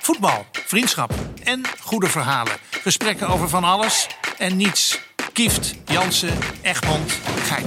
Voetbal, vriendschap en goede verhalen. Gesprekken over van alles en niets. Kieft, Jansen, Egmond, Gein.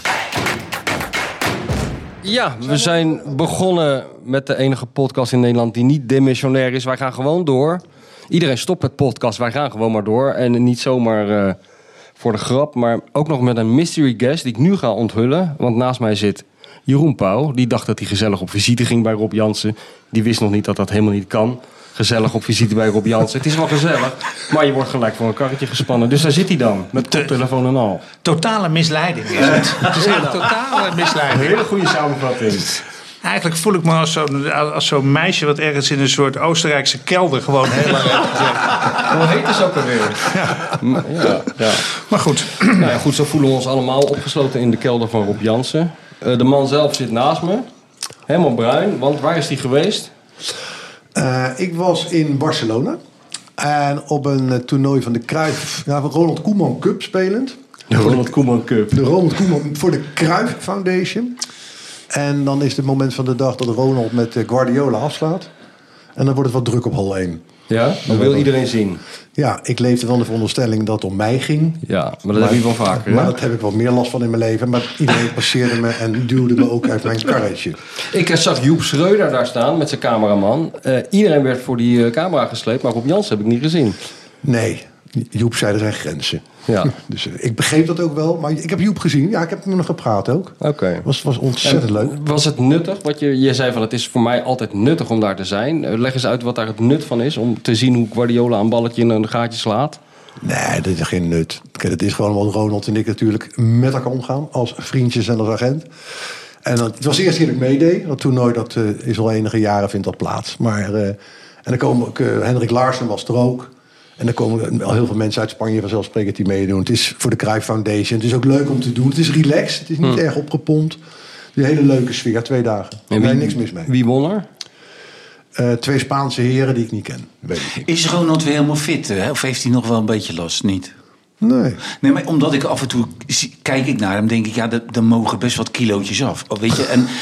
Ja, we zijn begonnen met de enige podcast in Nederland die niet demissionair is. Wij gaan gewoon door. Iedereen stopt met podcast, wij gaan gewoon maar door. En niet zomaar voor de grap, maar ook nog met een mystery guest die ik nu ga onthullen. Want naast mij zit Jeroen Pauw. Die dacht dat hij gezellig op visite ging bij Rob Jansen. Die wist nog niet dat dat helemaal niet kan. Gezellig op visite bij Rob Jansen. Het is wel gezellig, maar je wordt gelijk voor een karretje gespannen. Dus daar zit hij dan, met koptelefoon en al. Totale misleiding is het. Het is echt totale misleiding. Een hele goede samenvatting. Eigenlijk voel ik me als zo'n meisje wat ergens in een soort Oostenrijkse kelder gewoon heel lang heeft gezegd. Hoe heet het ook alweer? Ja. Maar goed. Nou ja, goed, zo voelen we ons allemaal opgesloten in de kelder van Rob Jansen. De man zelf zit naast me. Helemaal bruin, want waar is hij geweest? Ik was in Barcelona. En op een toernooi van de Cruyff, van Ronald Koeman Cup spelend. De Ronald Koeman Cup. De Ronald Koeman voor de Cruyff Foundation. En dan is het moment van de dag dat Ronald met Guardiola afslaat. En dan wordt het wat druk op hol 1. Ja, dat wil iedereen zien. Ja, ik leefde van de veronderstelling dat het om mij ging. Ja, maar dat heb je wel vaker. Maar dat heb ik wel meer last van in mijn leven. Maar iedereen passeerde me en duwde me ook uit mijn karretje. Ik zag Joep Schreuder daar staan met zijn cameraman. Iedereen werd voor die camera gesleept, maar Rob Jansen heb ik niet gezien. Nee, Joep zei er zijn grenzen. Ja. Dus ik begreep dat ook wel. Maar ik heb Joep gezien. Ja, ik heb met hem nog gepraat ook. Oké. Was ontzettend leuk. Was het nuttig? Want je zei van het is voor mij altijd nuttig om daar te zijn. Leg eens uit wat daar het nut van is. Om te zien hoe Guardiola een balletje in een gaatje slaat. Nee, dat is geen nut. Kijk, het is gewoon omdat Ronald en ik natuurlijk met elkaar omgaan. Als vriendjes en als agent. En het was de eerste keer dat ik meedeed. Dat toernooi dat is al enige jaren vindt dat plaats. Maar, en dan komen ook, Henrik Laarsen was er ook. En dan komen al heel veel mensen uit Spanje vanzelfsprekend die meedoen. Het is voor de Cruyff Foundation. Het is ook leuk om te doen. Het is relaxed. Het is niet erg opgepompt. Het is een hele leuke sfeer. 2 dagen. En niks mis mee. Wie won er? 2 Spaanse heren die ik niet ken. Weet ik niet. Is Ronald weer helemaal fit? Hè? Of heeft hij nog wel een beetje last? Niet? Nee. Nee, maar omdat ik af en toe kijk ik naar hem, denk ik, ja, er mogen best wat kilootjes af. Weet je? En,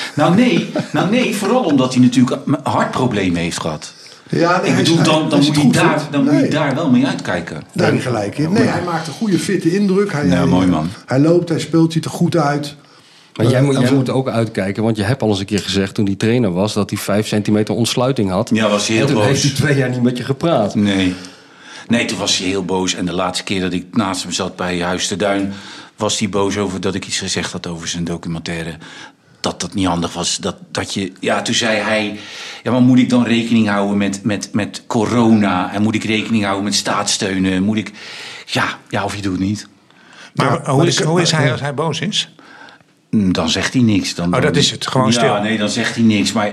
nee, vooral omdat hij natuurlijk hartproblemen heeft gehad. Ja, nee, ik bedoel, dan moet je daar wel mee uitkijken. Daar heb je gelijk in. Nee, hij maakt een goede fitte indruk. Mooi man. Hij loopt, hij speelt, ziet er goed uit. Maar jij moet ook uitkijken, want je hebt al eens een keer gezegd toen hij trainer was dat hij 5 centimeter ontsluiting had. Ja, was hij heel boos. En toen heeft hij 2 jaar niet met je gepraat. Nee, toen was hij heel boos. En de laatste keer dat ik naast hem zat bij Huis te Duin, was hij boos over dat ik iets gezegd had over zijn documentaire. Dat niet handig was. Dat je, ja, toen zei hij, ja, maar moet ik dan rekening houden met corona? En moet ik rekening houden met staatssteunen? Moet ik, ja, of je doet het niet. Maar hoe is hij als hij boos is? Dan zegt hij niks. Dat is het. Gewoon stil. Ja, nee, dan zegt hij niks. Maar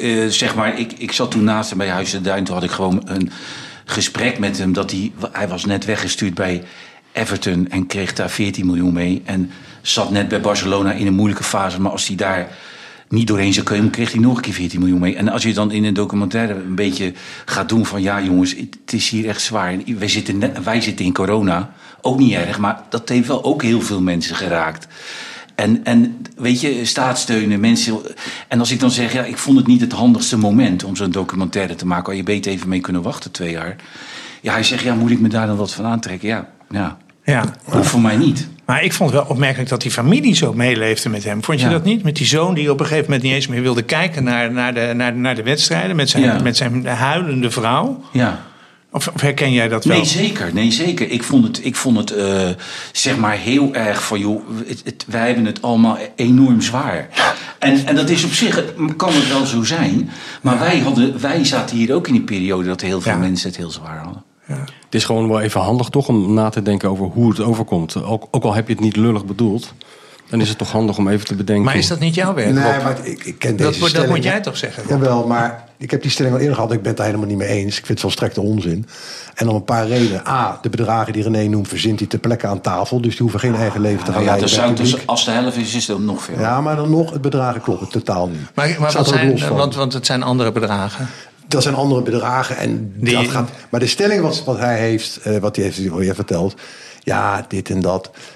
ik zat toen naast hem bij Huis te Duin. Toen had ik gewoon een gesprek met hem. Dat hij was net weggestuurd bij Everton en kreeg daar 14 miljoen mee. En zat net bij Barcelona in een moeilijke fase. Maar als hij daar niet doorheen zou komen, kreeg hij nog een keer 14 miljoen mee. En als je dan in een documentaire een beetje gaat doen van, ja jongens, het is hier echt zwaar. Wij zitten in corona. Ook niet erg, maar dat heeft wel ook heel veel mensen geraakt. En weet je, staatssteunen, mensen. En als ik dan zeg, ja, ik vond het niet het handigste moment om zo'n documentaire te maken. Waar je beter even mee kunnen wachten 2 jaar. Ja, hij zegt, ja, moet ik me daar dan wat van aantrekken? Ja. Hoeft voor mij niet. Maar ik vond het wel opmerkelijk dat die familie zo meeleefde met hem. Vond je dat niet? Met die zoon die op een gegeven moment niet eens meer wilde kijken naar de wedstrijden. Met zijn huilende vrouw. Ja. Of herken jij dat wel? Nee, zeker. Ik vond het zeg maar heel erg van, joh, wij hebben het allemaal enorm zwaar. En dat is op zich, kan het wel zo zijn. Maar wij zaten hier ook in een periode dat heel veel mensen het heel zwaar hadden. Ja. Het is gewoon wel even handig toch om na te denken over hoe het overkomt. Ook al heb je het niet lullig bedoeld, dan is het toch handig om even te bedenken. Maar is dat niet jouw werk? Nee, maar ik ken deze stelling. Dat moet jij toch zeggen? Rob? Jawel, maar ik heb die stelling al eerder gehad. Ik ben het daar helemaal niet mee eens. Ik vind het volstrekte onzin. En om een paar redenen. A, de bedragen die René noemt, verzint hij ter plekke aan tafel. Dus die hoeven geen eigen leven te gaan leiden. Dus als de helft is het nog veel. Ja, maar dan nog, het bedragen kloppen totaal niet. Maar want het zijn andere bedragen. Dat zijn andere bedragen. En dat gaat, maar de stelling wat hij heeft verteld. Ja, dit en dat.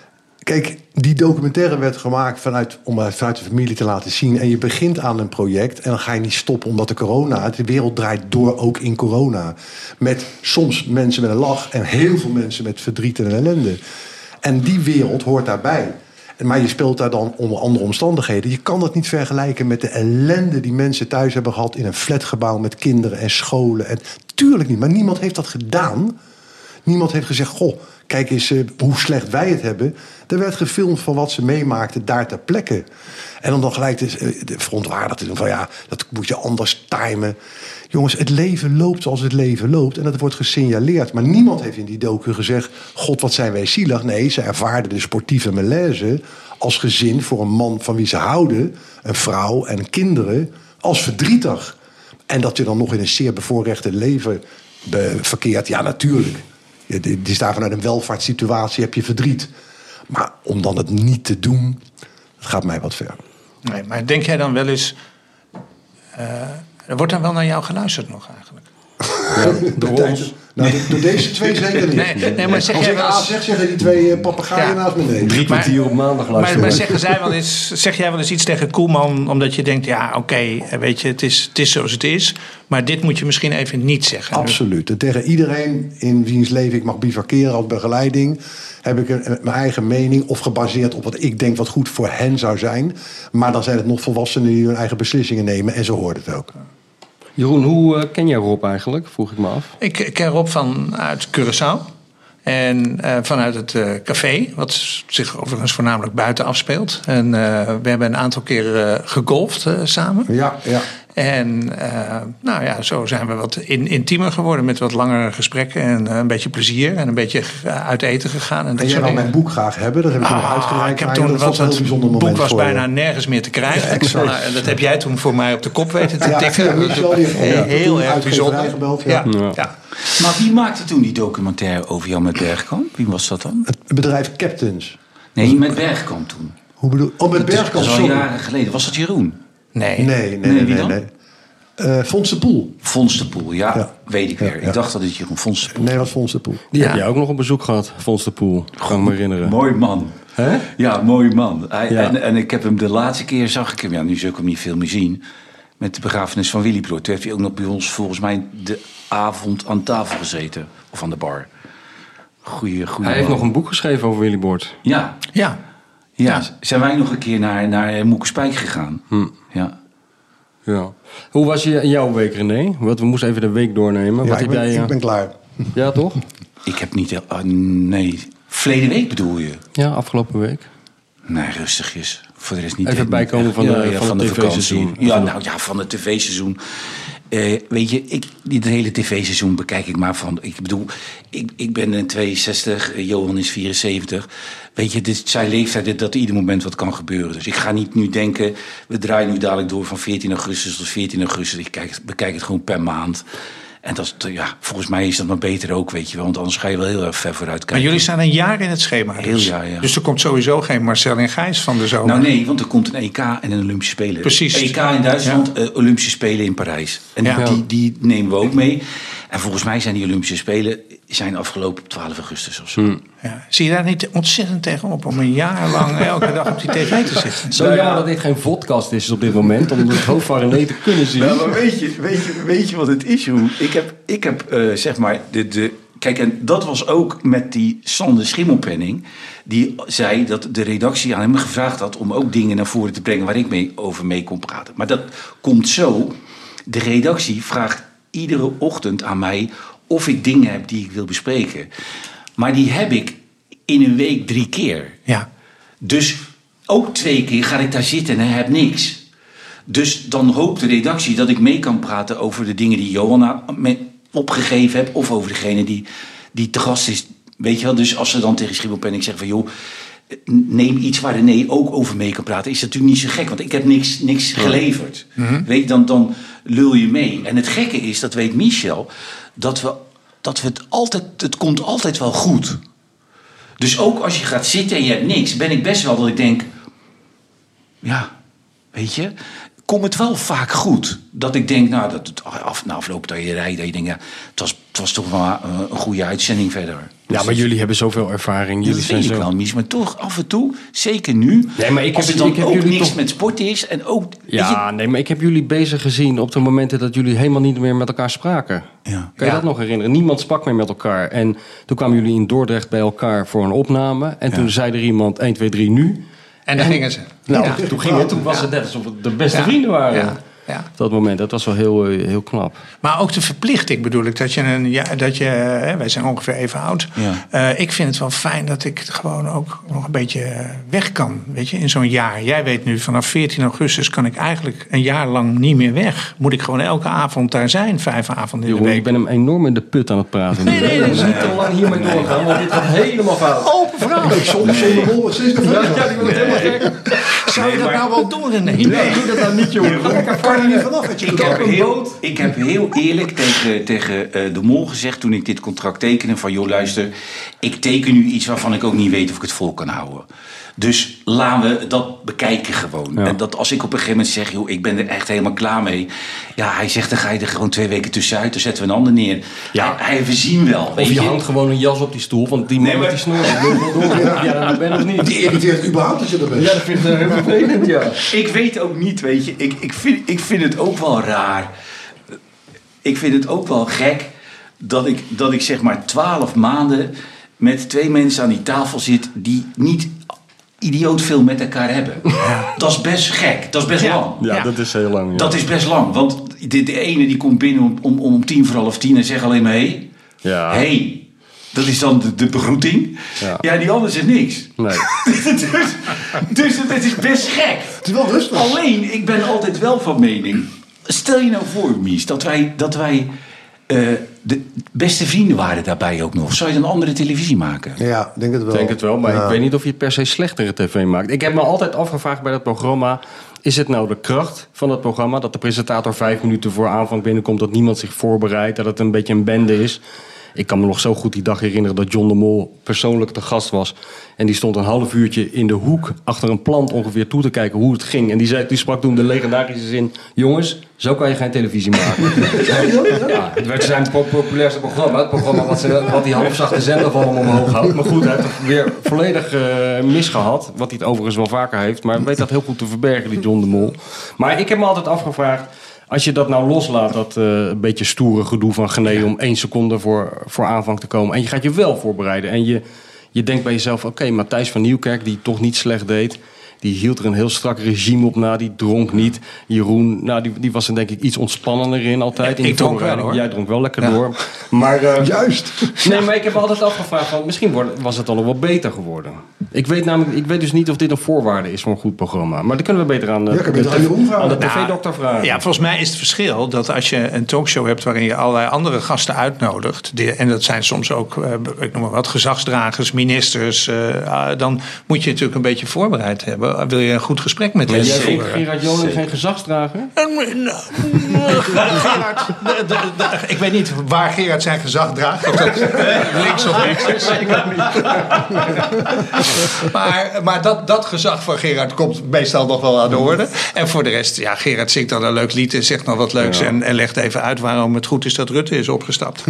Kijk, die documentaire werd gemaakt om vanuit de familie te laten zien. En je begint aan een project en dan ga je niet stoppen omdat de wereld draait door ook in corona. Met soms mensen met een lach en heel veel mensen met verdriet en ellende. En die wereld hoort daarbij. Maar je speelt daar dan onder andere omstandigheden. Je kan dat niet vergelijken met de ellende die mensen thuis hebben gehad in een flatgebouw met kinderen en scholen. En tuurlijk niet, maar niemand heeft dat gedaan. Niemand heeft gezegd, goh, kijk eens hoe slecht wij het hebben. Er werd gefilmd van wat ze meemaakten daar ter plekke. En om dan gelijk de verontwaardigd te doen van dat moet je anders timen. Jongens, het leven loopt zoals het leven loopt. En dat wordt gesignaleerd. Maar niemand heeft in die docu gezegd, god, wat zijn wij zielig. Nee, ze ervaarden de sportieve malaise als gezin voor een man van wie ze houden, een vrouw en kinderen, als verdrietig. En dat je dan nog in een zeer bevoorrechte leven verkeert, ja, natuurlijk. Het is daar vanuit een welvaartssituatie heb je verdriet. Maar om dan het niet te doen, dat gaat mij wat ver. Nee, maar denk jij dan wel eens... er wordt dan wel naar jou geluisterd nog eigenlijk? Ja, door ons. Door deze twee zeker niet. Nee, maar zeg als jij ik wel A eens... zeg, zeggen die twee papegaaien naast me nee. 3 kwartier op maandag luisteren. Maar zeg jij wel eens iets tegen Koeman omdat je denkt, weet je, het is zoals het is. Maar dit moet je misschien even niet zeggen. Absoluut. En tegen iedereen in wiens leven ik mag bivakeren als begeleiding, heb ik mijn eigen mening of gebaseerd op wat ik denk wat goed voor hen zou zijn. Maar dan zijn het nog volwassenen die hun eigen beslissingen nemen en zo hoort het ook. Jeroen, hoe ken jij Rob eigenlijk? Vroeg ik me af. Ik ken Rob vanuit Curaçao. En vanuit het café, wat zich overigens voornamelijk buiten afspeelt. En we hebben een aantal keer gegolfd samen. Ja. En zo zijn we wat intiemer geworden met wat langere gesprekken. En een beetje plezier en een beetje uit eten gegaan. En jij wou mijn boek graag hebben, dat heb ik nog uitgereikt. Ik heb toen, het boek was bijna nergens meer te krijgen. Exact. En dat heb jij toen voor mij op de kop weten te tikken. Ja, Michel, die heeft heel erg bijzonder. Gebeld, ja. Maar wie maakte toen die documentaire over jou met Bergkamp? Wie was dat dan? Het bedrijf Captains. Nee, met Bergkamp toen. Hoe bedoel je? Met Bergkamp, dat is al jaren geleden. Was dat Jeroen? Nee. Wie dan? Fons de Poel. Fons de Poel, weet ik weer. Ik dacht dat het Jeroen Fons de Poel. Nee, wat Fons de Poel. Die heb jij ook nog op bezoek gehad, Fons de Poel. Kan ik me herinneren. Mooi man. Hè? Ja, mooi man. En ik heb hem de laatste keer, zag ik hem, nu zul ik hem niet veel meer zien, met de begrafenis van Willy Broer. Toen heeft hij ook nog bij ons volgens mij de avond aan tafel gezeten. Of aan de bar. Goeie Hij heeft nog een boek geschreven over Willy Bord. Ja. Zijn wij nog een keer naar Moekerspijk gegaan. Ja. Hoe was jouw week, René? Want we moesten even de week doornemen. Ja, Wat heb jij? Ik ben klaar. Ja, toch? Ik heb niet... nee. Verleden week bedoel je? Ja, afgelopen week. Nee, rustigjes. Voor de rest niet. Even bijkomen van het tv-seizoen. Van het tv-seizoen. Weet je, dit hele tv-seizoen bekijk ik maar van... Ik bedoel, ik ben 62, Johan is 74. Weet je, dit zijn leeftijden dat ieder moment wat kan gebeuren. Dus ik ga niet nu denken... We draaien nu dadelijk door van 14 augustus tot 14 augustus. Ik bekijk het gewoon per maand. En dat, volgens mij is dat maar beter ook, weet je wel. Want anders ga je wel heel erg ver vooruit kijken. Maar jullie staan een jaar in het schema. Heel jaar, ja. Dus er komt sowieso geen Marcel en Gijs van de zomer. Nou nee, want er komt een EK en een Olympische Spelen. Precies. EK in Duitsland, Olympische Spelen in Parijs. En die nemen we ook mee. En volgens mij zijn die Olympische Spelen afgelopen op 12 augustus of zo. Ja. Zie je daar niet ontzettend tegenop om een jaar lang elke dag op die tv te zitten? Zo jammer dat dit geen podcast is op dit moment, om het hoofd van René te kunnen zien. Nou, maar weet je wat het is, Jeroen? Ik heb zeg maar kijk, en dat was ook met die Sander Schimmelpenning. Die zei dat de redactie aan hem gevraagd had om ook dingen naar voren te brengen waar ik over mee kon praten. Maar dat komt zo. De redactie vraagt iedere ochtend aan mij of ik dingen heb die ik wil bespreken. Maar die heb ik in een week 3 keer. Ja. Dus ook 2 keer ga ik daar zitten en heb niks. Dus dan hoopt de redactie dat ik mee kan praten over de dingen die Johan opgegeven heb. Of over degene die te gast is. Weet je wel, dus als ze dan tegen Schimmelpenning zeggen van... joh, neem iets waar René ook over mee kan praten. Is dat natuurlijk niet zo gek, want ik heb niks geleverd. Mm-hmm. Weet je, dan lul je mee. En het gekke is, dat weet Michel, dat we het komt altijd wel goed. Dus ook als je gaat zitten en je hebt niks, ben ik best wel dat ik denk... ja, weet je... komt het wel vaak goed. Dat ik denk, nou, na afloop dat je rijdt, dat je denkt, ja, het was toch wel een goede uitzending verder. Ja, maar jullie hebben zoveel ervaring. Jullie Dat zijn weet ik zo... wel, Mies. Maar toch, af en toe, zeker nu, Nee, maar als het dan ook niks met sport is. En ook, Ja, nee, maar ik heb jullie bezig gezien op de momenten dat jullie helemaal niet meer met elkaar spraken. Ja. Kan je dat nog herinneren? Niemand sprak meer met elkaar. En toen kwamen jullie in Dordrecht bij elkaar voor een opname. En toen zei er iemand 1, 2, 3 nu. En daar gingen ze. Nou, Ja. toen was het net alsof het de beste vrienden waren. Ja. Ja. Op dat moment, dat was wel heel knap. Maar ook de verplichting bedoel ik. Wij zijn ongeveer even oud. Ja. Ik vind het wel fijn dat ik gewoon ook nog een beetje weg kan. Weet je, in zo'n jaar. Jij weet nu, vanaf 14 augustus kan ik eigenlijk een jaar lang niet meer weg. Moet ik gewoon elke avond daar zijn. 5 avonden in de Jeroen, week. ik ben hem enorm in de put aan het praten. Nee, We moeten niet te lang hiermee doorgaan, want dit gaat helemaal fout. Open vraag. Zonder rol wordt steeds te veel. Ja, die wordt helemaal gek. Zou je dat nou wel doornemen? Nee, doe dat nou niet, jongen. Kan er niet vanaf. Ik heb heel eerlijk tegen de Mol gezegd toen ik dit contract tekende van joh luister, ik teken nu iets waarvan ik ook niet weet of ik het vol kan houden. Dus laten we dat bekijken gewoon. Ja. En dat als ik op een gegeven moment zeg joh, ik ben er echt helemaal klaar mee. Ja, hij zegt dan ga je er gewoon 2 weken tussenuit, dan zetten we een ander neer. Ja. Hij verzien wel. Of Weet je hangt gewoon een jas op die stoel, want die man met die snor die loopt wel door. Ja, dat ben ik niet. Die irriteert überhaupt dat je er bent. Ja, dat vind ik heel vervelend, ja. Ik weet ook niet, weet je. Ik vind het ook wel raar. Ik vind het ook wel gek dat ik zeg maar 12 maanden met 2 mensen aan die tafel zit die niet idioot veel met elkaar hebben. Ja. Dat is best gek. Dat is best lang. Ja, dat is heel lang. Ja. Dat is best lang. Want de ene die komt binnen om 10:45 en zegt alleen maar hey. Ja. Hey. Dat is dan de begroeting. Ja, die ander zegt niks. Nee. dus het is best gek. Het is wel rustig. Alleen, ik ben altijd wel van mening. Stel je nou voor, Mies, dat wij de beste vrienden waren daarbij ook nog. Zou je dan andere televisie maken? Ja, denk het wel. Ik denk het wel, maar Ja. ik weet niet of je het per se slechtere tv maakt. Ik heb me altijd afgevraagd bij dat programma, is het nou de kracht van het programma dat de presentator 5 minuten voor aanvang binnenkomt, dat niemand zich voorbereidt, dat het een beetje een bende is? Ik kan me nog zo goed die dag herinneren dat John de Mol persoonlijk te gast was. En die stond een half uurtje in de hoek achter een plant ongeveer toe te kijken hoe het ging. En die sprak toen de legendarische zin: jongens, zo kan je geen televisie maken. Ja, het werd zijn populairste programma. Het programma wat die halfzachte zender van hem omhoog houdt. Maar goed, hij heeft het weer volledig misgehad. Wat hij het overigens wel vaker heeft. Maar hij weet dat heel goed te verbergen, die John de Mol. Maar ik heb me altijd afgevraagd, als je dat nou loslaat, dat een beetje stoere gedoe van Genee om 1 seconde voor aanvang te komen. En je gaat je wel voorbereiden. En je denkt bij jezelf, oké, Matthijs van Nieuwkerk, die toch niet slecht deed, die hield er een heel strak regime op na. Die dronk niet. Jeroen, nou, die was er denk ik iets ontspannender in altijd. Ja, ik dronk wel, hoor. Jij dronk wel lekker door. Maar, Juist. nee, maar ik heb me altijd afgevraagd van, misschien was het dan nog wel beter geworden. Ik weet dus niet of dit een voorwaarde is voor een goed programma. Maar dan kunnen we beter aan de tv-dokter vragen. Ja, volgens mij is het verschil dat als je een talkshow hebt waarin je allerlei andere gasten uitnodigt, en dat zijn soms ook, ik noem maar wat, gezagsdragers, ministers, dan moet je natuurlijk een beetje voorbereid hebben. Wil je een goed gesprek met hen Jij vindt voeren? Gerard Joling geen gezagsdrager? Gerard, ik weet niet waar Gerard zijn gezag draagt. Of dat links of rechts is. Ik weet niet. Maar dat gezag van Gerard komt meestal nog wel aan de orde. En voor de rest, ja, Gerard zingt dan een leuk lied en zegt nog wat leuks. Ja. En legt even uit waarom het goed is dat Rutte is opgestapt.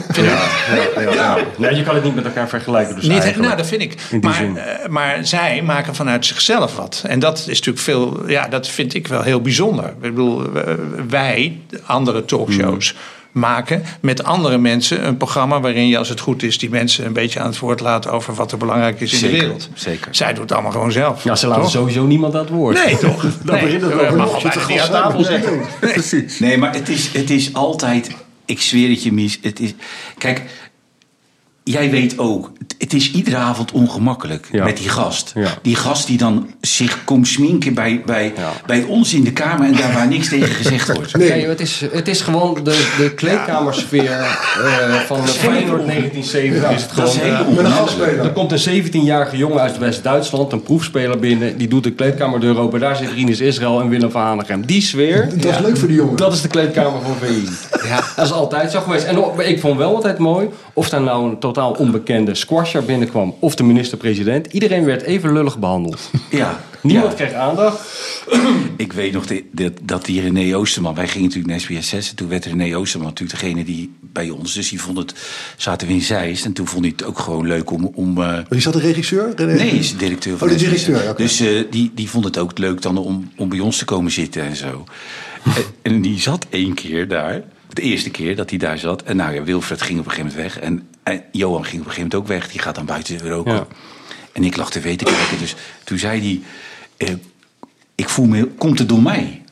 Nee, je kan het niet met elkaar vergelijken. Dus Nou, dat vind ik. Maar zij maken vanuit zichzelf wat. En dat is natuurlijk dat vind ik wel heel bijzonder. Ik bedoel, wij, andere talkshows, maken met andere mensen een programma waarin je, als het goed is, die mensen een beetje aan het woord laat over wat er belangrijk is in de wereld. Zeker. Zij doet het allemaal gewoon zelf. Ja, ze laten sowieso niemand aan het woord. Nee, toch? Dat begint het wel. Mag bijna niet aan tafel zeggen. Precies. Nee, maar het is altijd, ik zweer het je, Mies. Kijk, jij weet ook, het is iedere avond ongemakkelijk met die gast. Ja. Die gast die dan zich komt sminken bij ons in de kamer en daar waar niks tegen gezegd wordt. Nee, het is gewoon de kleedkamersfeer van Feyenoord 1970. Is het gewoon, met een gastspeler. Er komt een 17-jarige jongen uit West-Duitsland, een proefspeler binnen. Die doet de kleedkamerdeur open. Daar zit Rinus Israël en Willem van Hanegem. Die sfeer. Dat is leuk voor die jongen. Dat is de kleedkamer van VI. Ja. Dat is altijd zo geweest. En ik vond wel altijd mooi, of daar nou een totaal onbekende squasher binnenkwam of de minister-president. Iedereen werd even lullig behandeld. Ja. Niemand kreeg aandacht. Ik weet nog dat die René Oosterman... Wij gingen natuurlijk naar SBS 6 en toen werd René Oosterman natuurlijk degene die bij ons... Dus die vond het... Zaten we in Zeist en toen vond hij het ook gewoon leuk om Is dat de regisseur? René? Nee, is de directeur van de directeur, oké. Dus die vond het ook leuk dan om bij ons te komen zitten en zo. En die zat 1 keer daar. De eerste keer dat hij daar zat. En nou ja, Wilfred ging op een gegeven moment weg. En Johan ging op een gegeven moment ook weg. Die gaat dan buiten roken. Ja. En ik lag tv te kijken. Dus toen zei hij... ik voel me... Komt het door mij?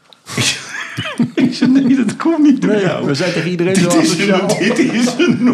Ik zei, nee, dat komt niet door jou. We zijn tegen iedereen Dit is een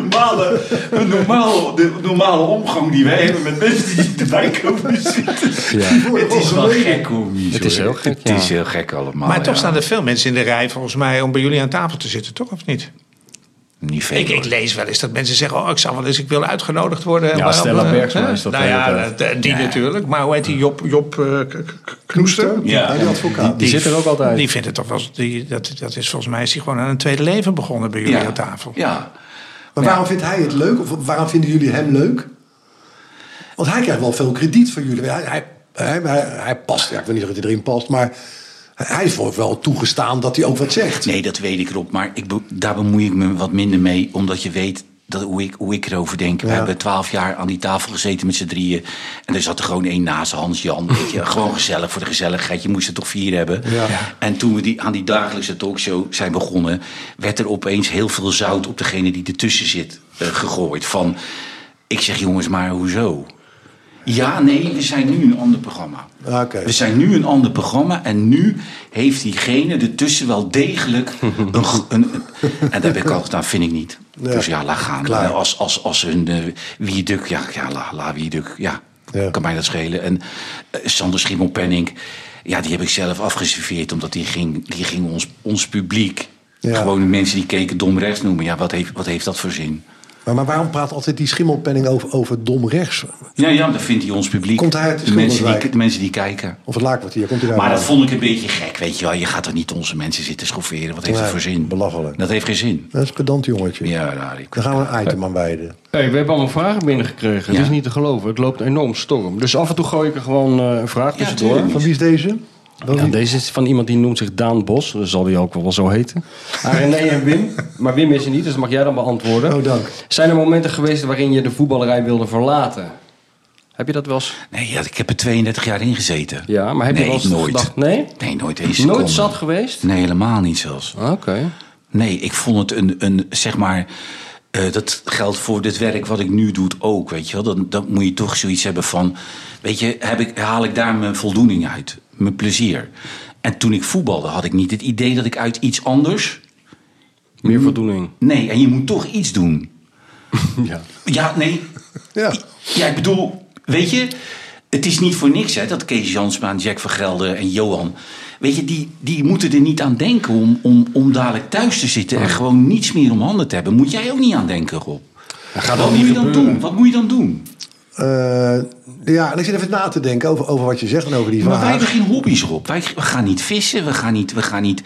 normale omgang die wij hebben met mensen die erbij komen zitten. Ja. Het is wel gek, komisch. Het is heel gek, Het is heel gek allemaal. Maar toch staan er veel mensen in de rij volgens mij om bij jullie aan tafel te zitten, toch? Of niet? Niet veel. Ik lees wel eens dat mensen zeggen... ik wil uitgenodigd worden. Ja, Stella Bergsma is dat. Nou ja, die natuurlijk. Maar hoe heet die? Job Knoester? Ja, die advocaat. Die zit er ook altijd. Die vindt het toch wel... Dat is volgens mij is hij gewoon aan een tweede leven begonnen bij jullie aan tafel. Ja. Maar waarom vindt hij het leuk? Of waarom vinden jullie hem leuk? Want hij krijgt wel veel krediet van jullie. Hij past. Ja, ik weet niet of hij erin past, maar... Hij is wel toegestaan dat hij ook wat zegt. Nee, dat weet ik, Rob. Maar daar bemoei ik me wat minder mee. Omdat je weet hoe ik erover denk. Ja. We hebben 12 jaar aan die tafel gezeten met z'n drieën. En er zat er gewoon 1 naast, Hans-Jan. Weet je, gewoon gezellig voor de gezelligheid. Je moest er toch 4 hebben. Ja. En toen we aan die dagelijkse talkshow zijn begonnen... werd er opeens heel veel zout op degene die ertussen zit gegooid. Ik zeg, jongens, maar hoezo? Ja, nee, we zijn nu een ander programma. Okay. We zijn nu een ander programma en nu heeft diegene ertussen wel degelijk en daar ben ik altijd aan, vind ik niet. Ja. Dus ja, laat gaan. Klaar. Als een Wieduk, la Wieduk, kan mij dat schelen. En Sander Schimmelpenninck, ja, die heb ik zelf afgeserveerd, omdat die ging ons publiek, gewoon de mensen die keken dom rechts noemen. Ja, wat heeft dat voor zin? Maar waarom praat altijd die Schimmelpenninck over dom rechts? Ja, dat vindt hij ons publiek. Komt hij uit de mensen die kijken. Of het Laakkwartier, komt hij daar? Maar dat vond ik een beetje gek, weet je wel. Je gaat er niet onze mensen zitten schofferen. Wat heeft dat voor zin? Belachelijk. Dat heeft geen zin. Dat is een pedant jongetje. Ja, daar gaan we een item aan wijden. Hey, we hebben allemaal vragen binnengekregen. Het is niet te geloven. Het loopt enorm storm. Dus af en toe gooi ik er gewoon een vraag tussendoor. Van wie is deze? Ja, deze is van iemand die noemt zich Daan Bos. Dat zal die ook wel zo heten. René en Wim. Maar Wim is er niet, dus dat mag jij dan beantwoorden. Oh, dank. Zijn er momenten geweest waarin je de voetballerij wilde verlaten? Heb je dat wel eens? Nee, ik heb er 32 jaar in gezeten. Ja, maar heb je wel eens gedacht, nee? Nee, nooit eens seconde. Nooit zat geweest? Nee, helemaal niet zelfs. Oké. Nee, ik vond het een zeg maar... dat geldt voor dit werk wat ik nu doe ook, weet je wel. Dan moet je toch zoiets hebben van... Weet je, haal ik daar mijn voldoening uit? Mijn plezier. En toen ik voetbalde had ik niet het idee dat ik uit iets anders... Meer voldoening. Nee, en je moet toch iets doen. Ja. Ja, nee. Ja, ik bedoel, weet je... Het is niet voor niks, hè, dat Kees Jansma, Jack van Gelder en Johan... Weet je, die moeten er niet aan denken om dadelijk thuis te zitten... en gewoon niets meer om handen te hebben. Moet jij ook niet aan denken, Rob. Wat moet je dan doen? Wat moet je dan doen? En ik zit even na te denken over wat je zegt en over die vraag. Maar wij hebben geen hobby's, Rob. We gaan niet vissen, we gaan niet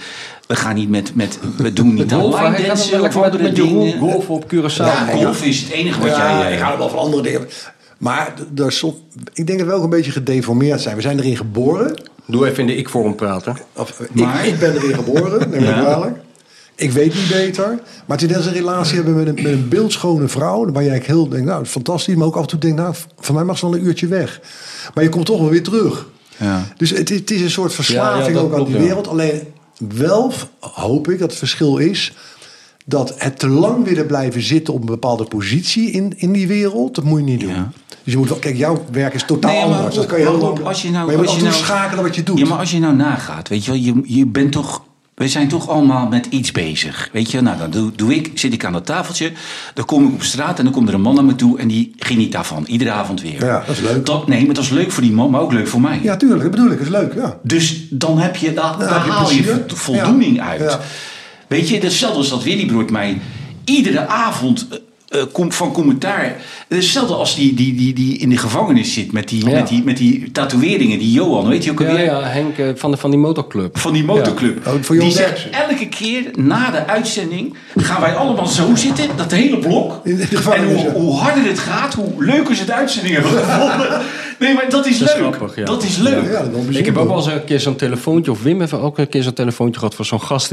we doen niet aan line dansen of andere dingen. Golf op Curaçao. Ja, golf is het enige wat jij... Ik hou wel van andere dingen. Maar ik denk dat we ook een beetje gedeformeerd zijn. We zijn erin geboren. Doe even in de ik-vorm praten. Ik ben erin geboren, neem ik kwalijk. Ik weet niet beter. Maar het is net als een relatie hebben met een beeldschone vrouw... waar jij heel denkt, nou, fantastisch. Maar ook af en toe denk, nou, van mij mag ze wel een uurtje weg. Maar je komt toch wel weer terug. Ja. Dus het is een soort verslaving ook aan die wereld. Alleen wel hoop ik dat het verschil is... dat het te lang willen blijven zitten op een bepaalde positie in die wereld... dat moet je niet doen. Ja. Dus je moet wel, kijk, jouw werk is totaal anders. Dat kan je heel lang. Maar je moet altijd schakelen wat je doet. Ja, maar als je nou nagaat, weet je wel, je bent toch... We zijn toch allemaal met iets bezig. Weet je, nou dan zit ik aan dat tafeltje. Dan kom ik op straat en dan komt er een man naar me toe... en die geniet daarvan, iedere avond weer. Ja, dat is leuk. Maar dat is leuk voor die man, maar ook leuk voor mij. Ja, tuurlijk, dat bedoel ik, dat is leuk, ja. Dus dan heb je, daar haal je voldoening uit. Ja. Weet je, hetzelfde als dat Willy Broert mij iedere avond... van commentaar. Het is hetzelfde als die in de gevangenis zit met die tatoeëringen. Die Johan, weet je ook alweer? Ja, Henk van die motorclub. Van die motorclub. Ja. Oh, voor die zegt elke keer na de uitzending gaan wij allemaal zo zitten, dat hele blok. En hoe harder het gaat, hoe leuker ze de uitzending hebben gevonden. Nee, maar dat is leuk. Grappig, ja. Dat is leuk. Ja, Ik heb ook wel eens een keer zo'n telefoontje, of Wim heeft ook een keer zo'n telefoontje gehad van zo'n gast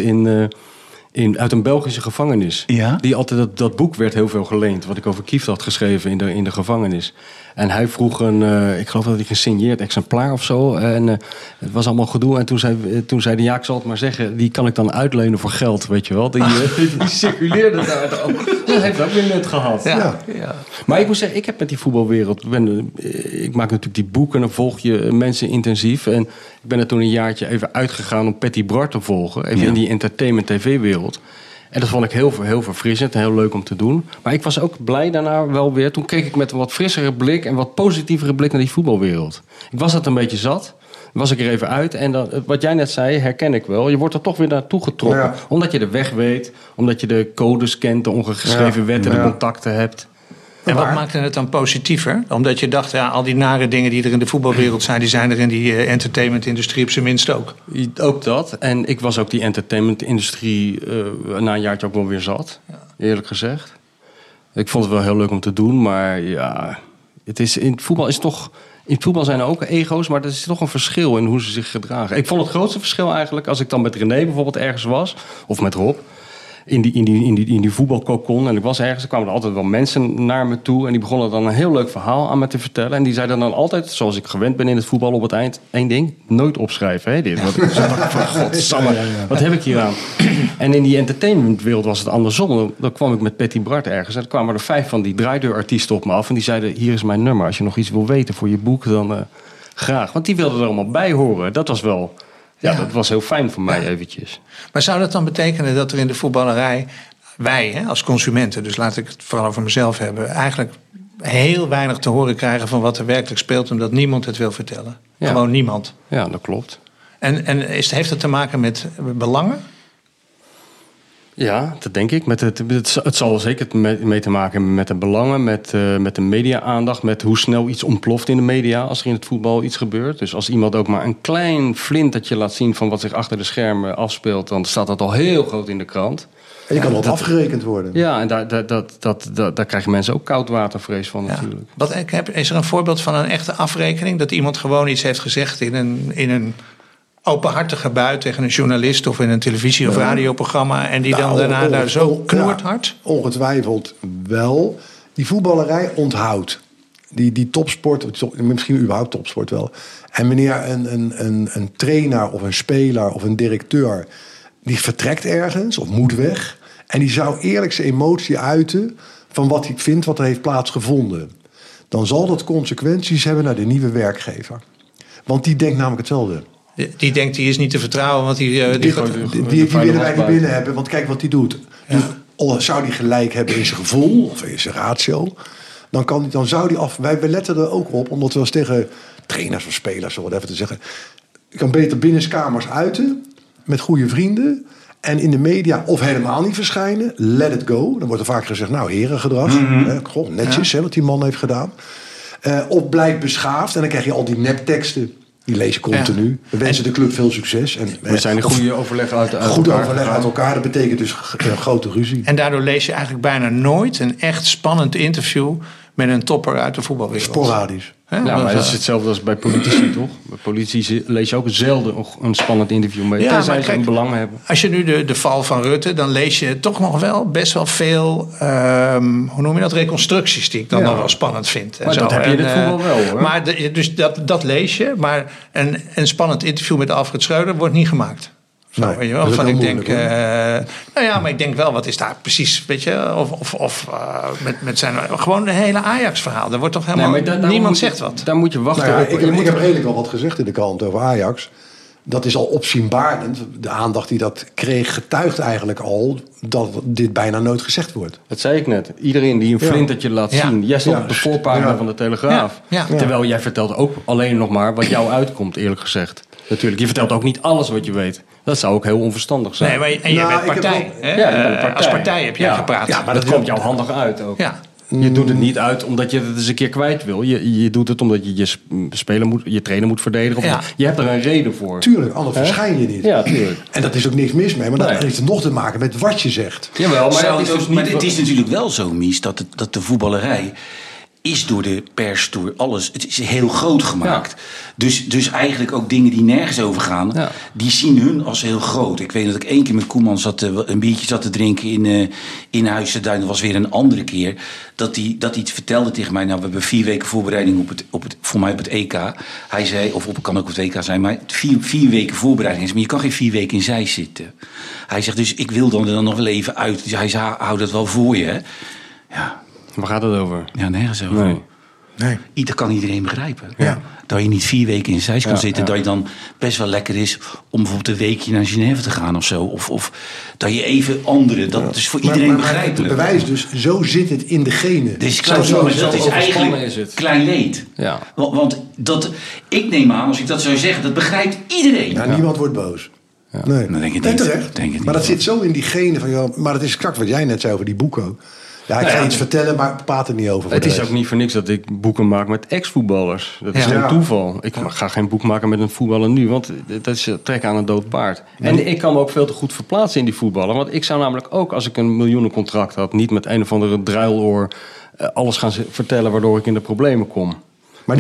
uit een Belgische gevangenis. Ja? Die altijd, dat boek werd heel veel geleend, wat ik over Kieft had geschreven in de gevangenis. En hij vroeg ik geloof dat hij gesigneerd exemplaar of zo. En het was allemaal gedoe. En toen zei hij, ja, ik zal het maar zeggen, die kan ik dan uitlenen voor geld, weet je wel. Die circuleerde daar dan. Dat heeft ook weer net gehad. Ja. Maar ik moet zeggen, ik heb met die voetbalwereld, ik maak natuurlijk die boeken en dan volg je mensen intensief. En ik ben er toen een jaartje even uitgegaan om Patty Bart te volgen. Even in die entertainment tv-wereld. En dat vond ik heel verfrissend en heel leuk om te doen. Maar ik was ook blij daarna wel weer. Toen keek ik met een wat frissere blik en wat positievere blik naar die voetbalwereld. Ik was dat een beetje zat. Was ik er even uit. En dan, wat jij net zei, herken ik wel. Je wordt er toch weer naartoe getrokken. Ja. Omdat je de weg weet. Omdat je de codes kent, de ongeschreven wetten, de contacten hebt. En wat maakte het dan positiever? Omdat je dacht, ja, al die nare dingen die er in de voetbalwereld zijn, die zijn er in die entertainmentindustrie op zijn minst ook. Ook dat. En ik was ook die entertainmentindustrie na een jaartje ook wel weer zat. Eerlijk gezegd. Ik vond het wel heel leuk om te doen, maar ja, in het voetbal zijn er ook ego's, maar er is toch een verschil in hoe ze zich gedragen. Ik vond het grootste verschil eigenlijk als ik dan met René bijvoorbeeld ergens was, of met Rob. In die voetbalkokon. En ik was ergens, er kwamen er altijd wel mensen naar me toe. En die begonnen dan een heel leuk verhaal aan me te vertellen. En die zeiden dan altijd, zoals ik gewend ben in het voetbal op het eind, één ding: nooit opschrijven. Hè, dit. Wat wat heb ik hier aan? En in die entertainmentwereld was het andersom. Dan kwam ik met Patty Bart ergens. En dan kwamen er 5 van die draaideurartiesten op me af. En die zeiden, hier is mijn nummer. Als je nog iets wil weten voor je boek, dan graag. Want die wilden er allemaal bij horen. Dat was wel... Ja, dat was heel fijn voor mij eventjes. Maar zou dat dan betekenen dat er in de voetballerij, wij als consumenten, dus laat ik het vooral over mezelf hebben, eigenlijk heel weinig te horen krijgen van wat er werkelijk speelt, omdat niemand het wil vertellen? Ja. Gewoon niemand. Ja, dat klopt. En heeft het te maken met belangen? Ja, dat denk ik. Het zal zeker mee te maken hebben met de belangen, met de media-aandacht, met hoe snel iets ontploft in de media als er in het voetbal iets gebeurt. Dus als iemand ook maar een klein flintertje laat zien van wat zich achter de schermen afspeelt, dan staat dat al heel groot in de krant. En je kan wat afgerekend worden. Ja, en daar krijgen mensen ook koudwatervrees van natuurlijk. Is er een voorbeeld van een echte afrekening? Dat iemand gewoon iets heeft gezegd in een openhartige bui tegen een journalist of in een televisie- of radioprogramma en die dan daarna daar zo knoerthard? Ongetwijfeld wel. Die voetballerij onthoudt. Die topsport, misschien überhaupt topsport wel. En wanneer een trainer of een speler of een directeur die vertrekt ergens of moet weg en die zou eerlijk zijn emotie uiten van wat hij vindt wat er heeft plaatsgevonden, dan zal dat consequenties hebben naar de nieuwe werkgever. Want die denkt namelijk hetzelfde. Die denkt, die is niet te vertrouwen, want die willen wij niet binnen hebben. Want kijk wat die doet. Ja. Zou die gelijk hebben in zijn gevoel of in zijn ratio, dan zou die af. Wij letten er ook op, omdat we als tegen trainers of spelers, zo wat even te zeggen, je kan beter binnenskamers uiten met goede vrienden en in de media of helemaal niet verschijnen. Let it go. Dan wordt er vaak gezegd, nou, herengedrag. Netjes wat die man heeft gedaan. Of blijf beschaafd. En dan krijg je al die nepteksten. Die lezen continu. We wensen de club veel succes. We zijn een goede overleg uit elkaar. Dat betekent dus grote ruzie. En daardoor lees je eigenlijk bijna nooit een echt spannend interview met een topper uit de voetbalwereld. Sporadisch. Ja, maar dat is hetzelfde als bij politici, toch? Bij politici lees je ook zelden een spannend interview mee. Tenzij ze een belang hebben. Als je nu de val van Rutte, dan lees je toch nog wel best wel veel, hoe noem je dat, reconstructies die ik dan nog wel spannend vind. Maar dat heb je in het voetbal wel, hoor. Maar dus dat lees je, maar een spannend interview met Alfred Schreuder wordt niet gemaakt. Zo, nee, weet je wel? Van ik denk, maar ik denk wel, wat is daar precies, weet je? Of met zijn gewoon de hele Ajax-verhaal. Daar wordt toch helemaal niemand zegt wat. Daar moet je wachten op. Ik heb redelijk wel wat gezegd in de krant over Ajax. Dat is al opzienbarend. De aandacht die dat kreeg getuigt eigenlijk al dat dit bijna nooit gezegd wordt. Dat zei ik net. Iedereen die een flintertje laat zien. Jij stond op de voorpagina van de Telegraaf. Ja. Terwijl jij vertelt ook alleen nog maar wat jou uitkomt, eerlijk gezegd. Natuurlijk, je vertelt ook niet alles wat je weet. Dat zou ook heel onverstandig zijn. Nee, maar en jij bent partij. Hè? Ja, je bent partij. Als partij heb jij gepraat. Ja, maar dat komt jou handig uit ook. Ja. Je doet het niet uit omdat je het eens een keer kwijt wil. Je doet het omdat je je trainer moet verdedigen. Ja. Je hebt er een reden voor. Tuurlijk, anders verschijn je niet. Ja, tuurlijk. En dat is ook niks mis mee, maar dat Nee. heeft het nog te maken met wat je zegt. Jawel, maar Het is natuurlijk wel zo, Mies, dat de voetballerij is door de pers, door alles, het is heel groot gemaakt. Ja. Dus eigenlijk ook dingen die nergens over gaan, die zien hun als heel groot. Ik weet dat ik 1 keer met Koeman een biertje zat te drinken in Huis te Duin. Dat was weer een andere keer. Dat hij het vertelde tegen mij. Nou, we hebben 4 weken voorbereiding voor mij op het EK. Hij zei, of kan ook op het WK zijn, maar 4 weken voorbereiding is. Maar je kan geen 4 weken in zij zitten. Hij zegt dus, ik wil dan nog wel even uit. Dus hij zei, hou dat wel voor je. Hè? Ja. Waar gaat het over? Ja, nergens over. Nee. Dat kan iedereen begrijpen. Ja. Dat je niet 4 weken in Zeist kan zitten. Dat je dan best wel lekker is om bijvoorbeeld een weekje naar Genève te gaan of zo. Of dat je even anderen. Dat is voor iedereen begrijpelijk. Het bewijs dus, zo zit het in de genen. Dus Zo dat is overspannen eigenlijk is het. klein leed. Ja. Want ik neem aan, als ik dat zou zeggen, dat begrijpt iedereen. Nou, niemand wordt boos. Nee. Dan denk ik Nee, niet. terecht. Denk het maar dat niet. zit zo in die genen van, joh, maar dat is exact wat jij net zei over die boeken. Ja, ik ga iets vertellen, maar ik praat er niet over. Het is ook niet voor niks dat ik boeken maak met ex-voetballers. Dat is geen toeval. Ik ga geen boek maken met een voetballer nu, want dat is trek aan een dood paard. En ik kan me ook veel te goed verplaatsen in die voetballer. Want ik zou namelijk ook, als ik een miljoenencontract had, niet met een of andere druiloor alles gaan vertellen waardoor ik in de problemen kom. Maar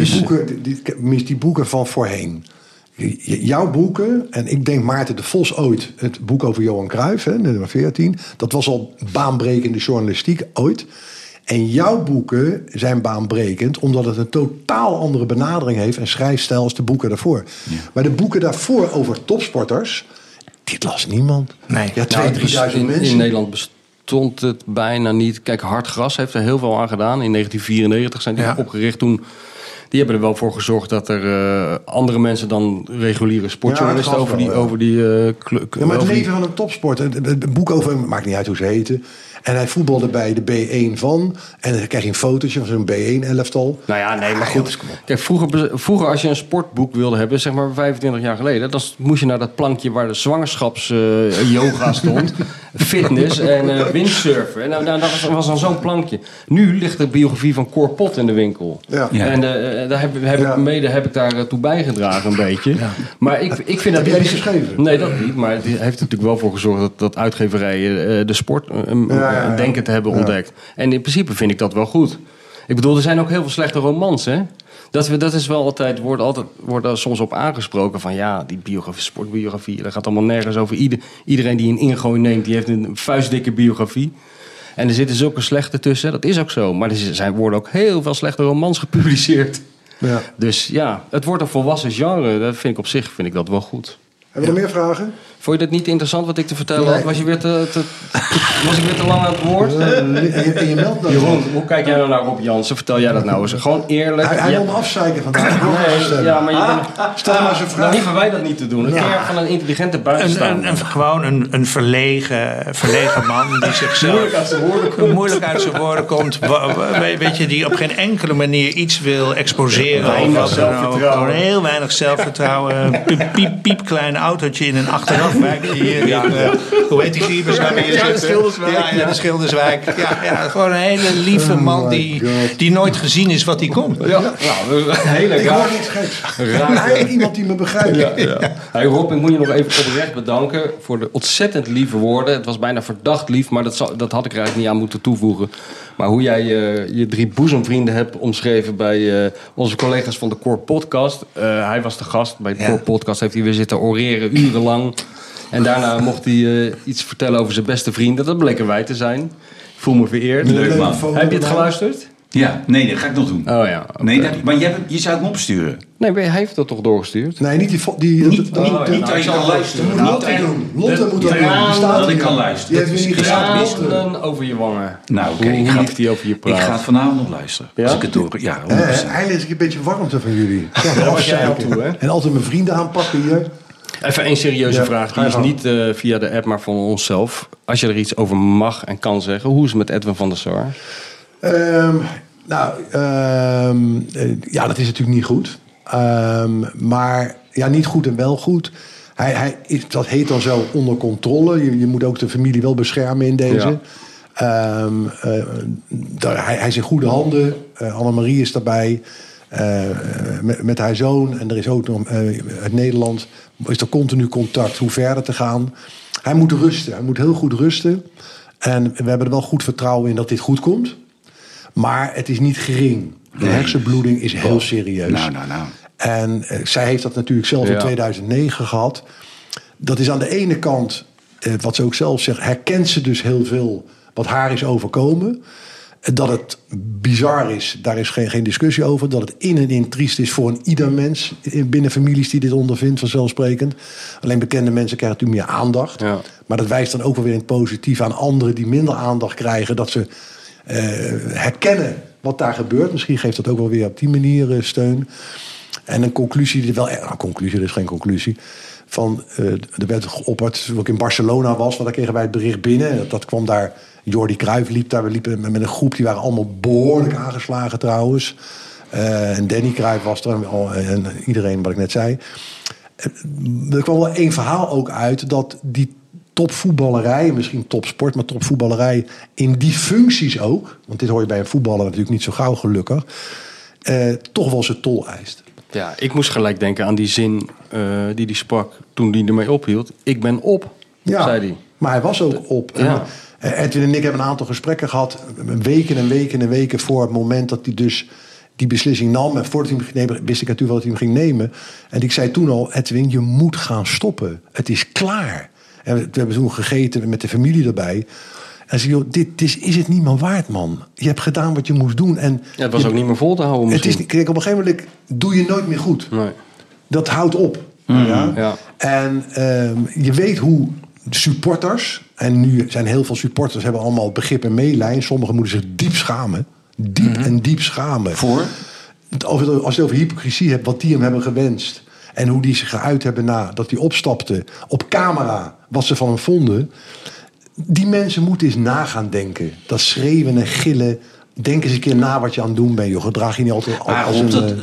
die boeken van voorheen. Jouw boeken, en ik denk Maarten de Vos ooit, het boek over Johan Cruijff, hè, nummer 14, dat was al baanbrekende journalistiek ooit. En jouw boeken zijn baanbrekend omdat het een totaal andere benadering heeft en schrijfstijl als de boeken daarvoor. Ja. Maar de boeken daarvoor over topsporters, dit las niemand. Nee. Ja, 2.000-3.000 mensen. In Nederland bestond het bijna niet. Kijk, Hartgras heeft er heel veel aan gedaan. In 1994 zijn die opgericht toen. Die hebben er wel voor gezorgd dat er andere mensen dan reguliere sportjournalisten over die ja, maar het leven van een topsport. Het boek over hem, maakt niet uit hoe ze heten. En hij voetbalde bij de B1 van. En dan krijg je een fotootje van zo'n B1-elftal. Nou ja, nee, maar goed. Kijk, vroeger als je een sportboek wilde hebben, zeg maar 25 jaar geleden, dan moest je naar dat plankje waar de zwangerschaps-yoga stond. Fitness en windsurfen. En dat was dan zo'n plankje. Nu ligt de biografie van Cor Pot in de winkel. Ja. En daar heb ik daartoe bijgedragen een beetje. Ja. Maar ik vind dat... Heb jij die geschreven? Nee, dat niet. Maar het heeft er natuurlijk wel voor gezorgd dat uitgeverijen de sport denken te hebben ontdekt. En in principe vind ik dat wel goed. Ik bedoel, er zijn ook heel veel slechte romans, hè? Dat is wel altijd, wordt er soms op aangesproken van ja, die biografie, sportbiografie, dat gaat allemaal nergens over. Iedereen die een ingooi neemt, die heeft een vuistdikke biografie. En er zitten zulke slechte tussen, dat is ook zo. Maar er worden ook heel veel slechte romans gepubliceerd. Ja. Dus ja, het wordt een volwassen genre. Dat vind ik op zich dat wel goed. Hebben we nog meer vragen? Vond je dat niet interessant wat ik te vertellen had? Was ik weer te lang aan het woord? En je meldt dat. Jeroen, hoe kijk jij nou naar Rob Jansen? Vertel jij dat nou eens. Gewoon eerlijk. Hij wil me afzeiken vandaag. Nee, ja, maar stel maar zo'n vraag. Nou, liever wij dat niet te doen. Een keer van een intelligente buitenstaander. Gewoon een verlegen man die zichzelf moeilijk uit zijn woorden komt. Weet je, die op geen enkele manier iets wil exposeren. Weinig zelfvertrouwen. Heel weinig zelfvertrouwen. Piepklein autootje in een achterafwijk. Hier hoe heet die Giebers waar we hier zitten? De Schilderswijk. Ja, de Schilderswijk. Ja, gewoon een hele lieve man die nooit gezien is wat hij komt. Ja, nou, hele ik hoor niks geks. Eigenlijk iemand die me begrijpt. Ja. Hey Rob, ik moet je nog even oprecht bedanken voor de ontzettend lieve woorden. Het was bijna verdacht lief, maar dat had ik er eigenlijk niet aan moeten toevoegen. Maar hoe jij je 3 boezemvrienden hebt omschreven bij onze collega's van de Core Podcast. Hij was de gast. Bij de Core Podcast heeft hij weer zitten oreren urenlang. En daarna mocht hij iets vertellen over zijn beste vrienden. Dat bleken wij te zijn. Ik voel me vereerd. Leuk man. Heb je het geluisterd? Ja, nee, dat ga ik nog doen. Oh ja. Okay. Nee, maar je zou het me opsturen. Nee, hij heeft dat toch doorgestuurd? Nee, niet Niet dat je kan luisteren. Lotte doen. Lotte moet dat doen. Dat ik kan luisteren. Die heeft weer niet Tranen over je wangen. Nou, oké. Hoe lief die over je praat. Ik ga het vanavond nog luisteren. Ja? Als ik het door... Ja, 100%. Eindelijk is een beetje warmte van jullie. Daar was jij aan toe, hè? En altijd mijn vrienden aanpakken hier. Even een serieuze vraag. Die is niet via de app, maar van onszelf. Als je er iets over mag en kan zeggen. Hoe is het met Edwin van der Sar? Ja, dat is natuurlijk niet goed. Maar niet goed en wel goed. Hij is, dat heet dan zo, onder controle. Je moet ook de familie wel beschermen in deze. Ja. Hij is in goede handen. Annemarie is daarbij. Met haar zoon. En er is ook nog uit Nederland. Is er continu contact hoe verder te gaan. Hij moet rusten. Hij moet heel goed rusten. En we hebben er wel goed vertrouwen in dat dit goed komt. Maar het is niet gering. De hersenbloeding is heel serieus. Nou. En zij heeft dat natuurlijk zelf in 2009 gehad. Dat is aan de ene kant, wat ze ook zelf zegt, herkent ze dus heel veel wat haar is overkomen. Dat het bizar is, daar is geen discussie over. Dat het in en in triest is voor ieder mens binnen families die dit ondervindt, vanzelfsprekend. Alleen bekende mensen krijgen natuurlijk meer aandacht. Ja. Maar dat wijst dan ook wel weer in het positief aan anderen die minder aandacht krijgen. Dat ze herkennen wat daar gebeurt. Misschien geeft dat ook wel weer op die manier steun. En een conclusie, er is geen conclusie. Er werd geopperd, toen ik in Barcelona was, want daar kregen wij het bericht binnen. Dat kwam daar, Jordi Cruijff liep daar. We liepen met een groep, die waren allemaal behoorlijk aangeslagen trouwens. En Danny Cruijff was er en iedereen wat ik net zei. Er kwam wel één verhaal ook uit dat die topvoetballerij, misschien topsport, maar topvoetballerij in die functies ook, want dit hoor je bij een voetballer natuurlijk niet zo gauw gelukkig, toch wel zijn tol eist. Ja, ik moest gelijk denken aan die zin die hij sprak toen hij ermee ophield. Ik ben op, zei hij. Maar hij was ook op. Ja. Edwin en ik hebben een aantal gesprekken gehad, weken voor het moment dat hij dus die beslissing nam. En voordat hij hem ging nemen, wist ik natuurlijk wel dat hij hem ging nemen. En ik zei toen al, Edwin, je moet gaan stoppen. Het is klaar. En we hebben toen gegeten met de familie erbij. En zei, joh, dit is het niet meer waard, man. Je hebt gedaan wat je moest doen. En het was ook niet meer vol te houden misschien. Het is, kijk, op een gegeven moment doe je nooit meer goed. Nee. Dat houdt op. Ja? En je weet hoe supporters, en nu zijn heel veel supporters, hebben allemaal begrip en meelijn. Sommigen moeten zich diep schamen. Diep schamen. Voor? Als je het over hypocrisie hebt, wat die hem hebben gewenst. En hoe die zich geuit hebben nadat hij opstapte. Op camera, wat ze van hem vonden. Die mensen moeten eens na gaan denken. Dat schreeuwen en gillen. Denk eens een keer na wat je aan het doen bent. Joh. Gedraag je niet altijd als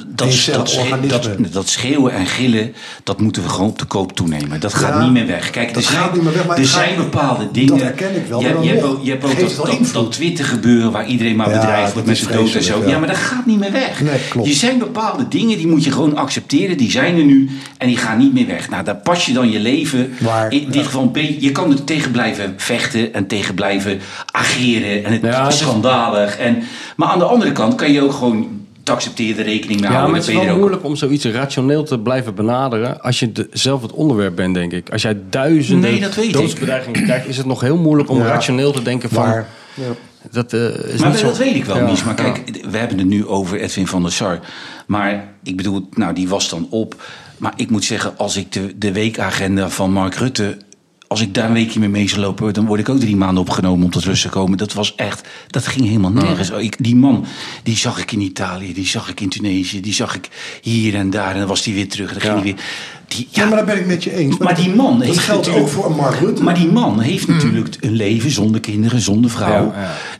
een organisme. Dat schreeuwen en gillen, dat moeten we gewoon op de koop toenemen. Dat gaat niet meer weg. Kijk, er zijn bepaalde dingen. Dat herken ik wel. Je hebt ook dat Twitter gebeuren waar iedereen maar bedreigd wordt met zijn dood en zo. Ja, maar dat gaat niet meer weg. Nee, klopt. Er zijn bepaalde dingen die moet je gewoon accepteren. Die zijn er nu en die gaan niet meer weg. Nou, daar pas je dan je leven. In dit geval, je kan er tegen blijven vechten en tegen blijven ageren. En het is schandalig. Maar aan de andere kant kan je ook gewoon te accepteren rekening mee houden. Ja, maar het is wel moeilijk om zoiets rationeel te blijven benaderen als je zelf het onderwerp bent, denk ik. Als jij duizenden doodsbedreigingen krijgt, is het nog heel moeilijk om rationeel te denken van... Maar dat weet ik wel, Mies. Maar kijk, we hebben het nu over Edwin van der Sar. Maar ik bedoel, die was dan op. Maar ik moet zeggen, als ik de weekagenda van Mark Rutte, als ik daar een weekje mee zou lopen, dan word ik ook 3 maanden opgenomen om tot rust te komen. Dat ging helemaal nergens. Die man, die zag ik in Italië, die zag ik in Tunesië, die zag ik hier en daar. En dan was hij weer terug. Dan ging hij weer. Maar daar ben ik met je eens. Maar die man heeft geldt ook voor Mark Rutte. Maar die man heeft natuurlijk een leven zonder kinderen, zonder vrouw.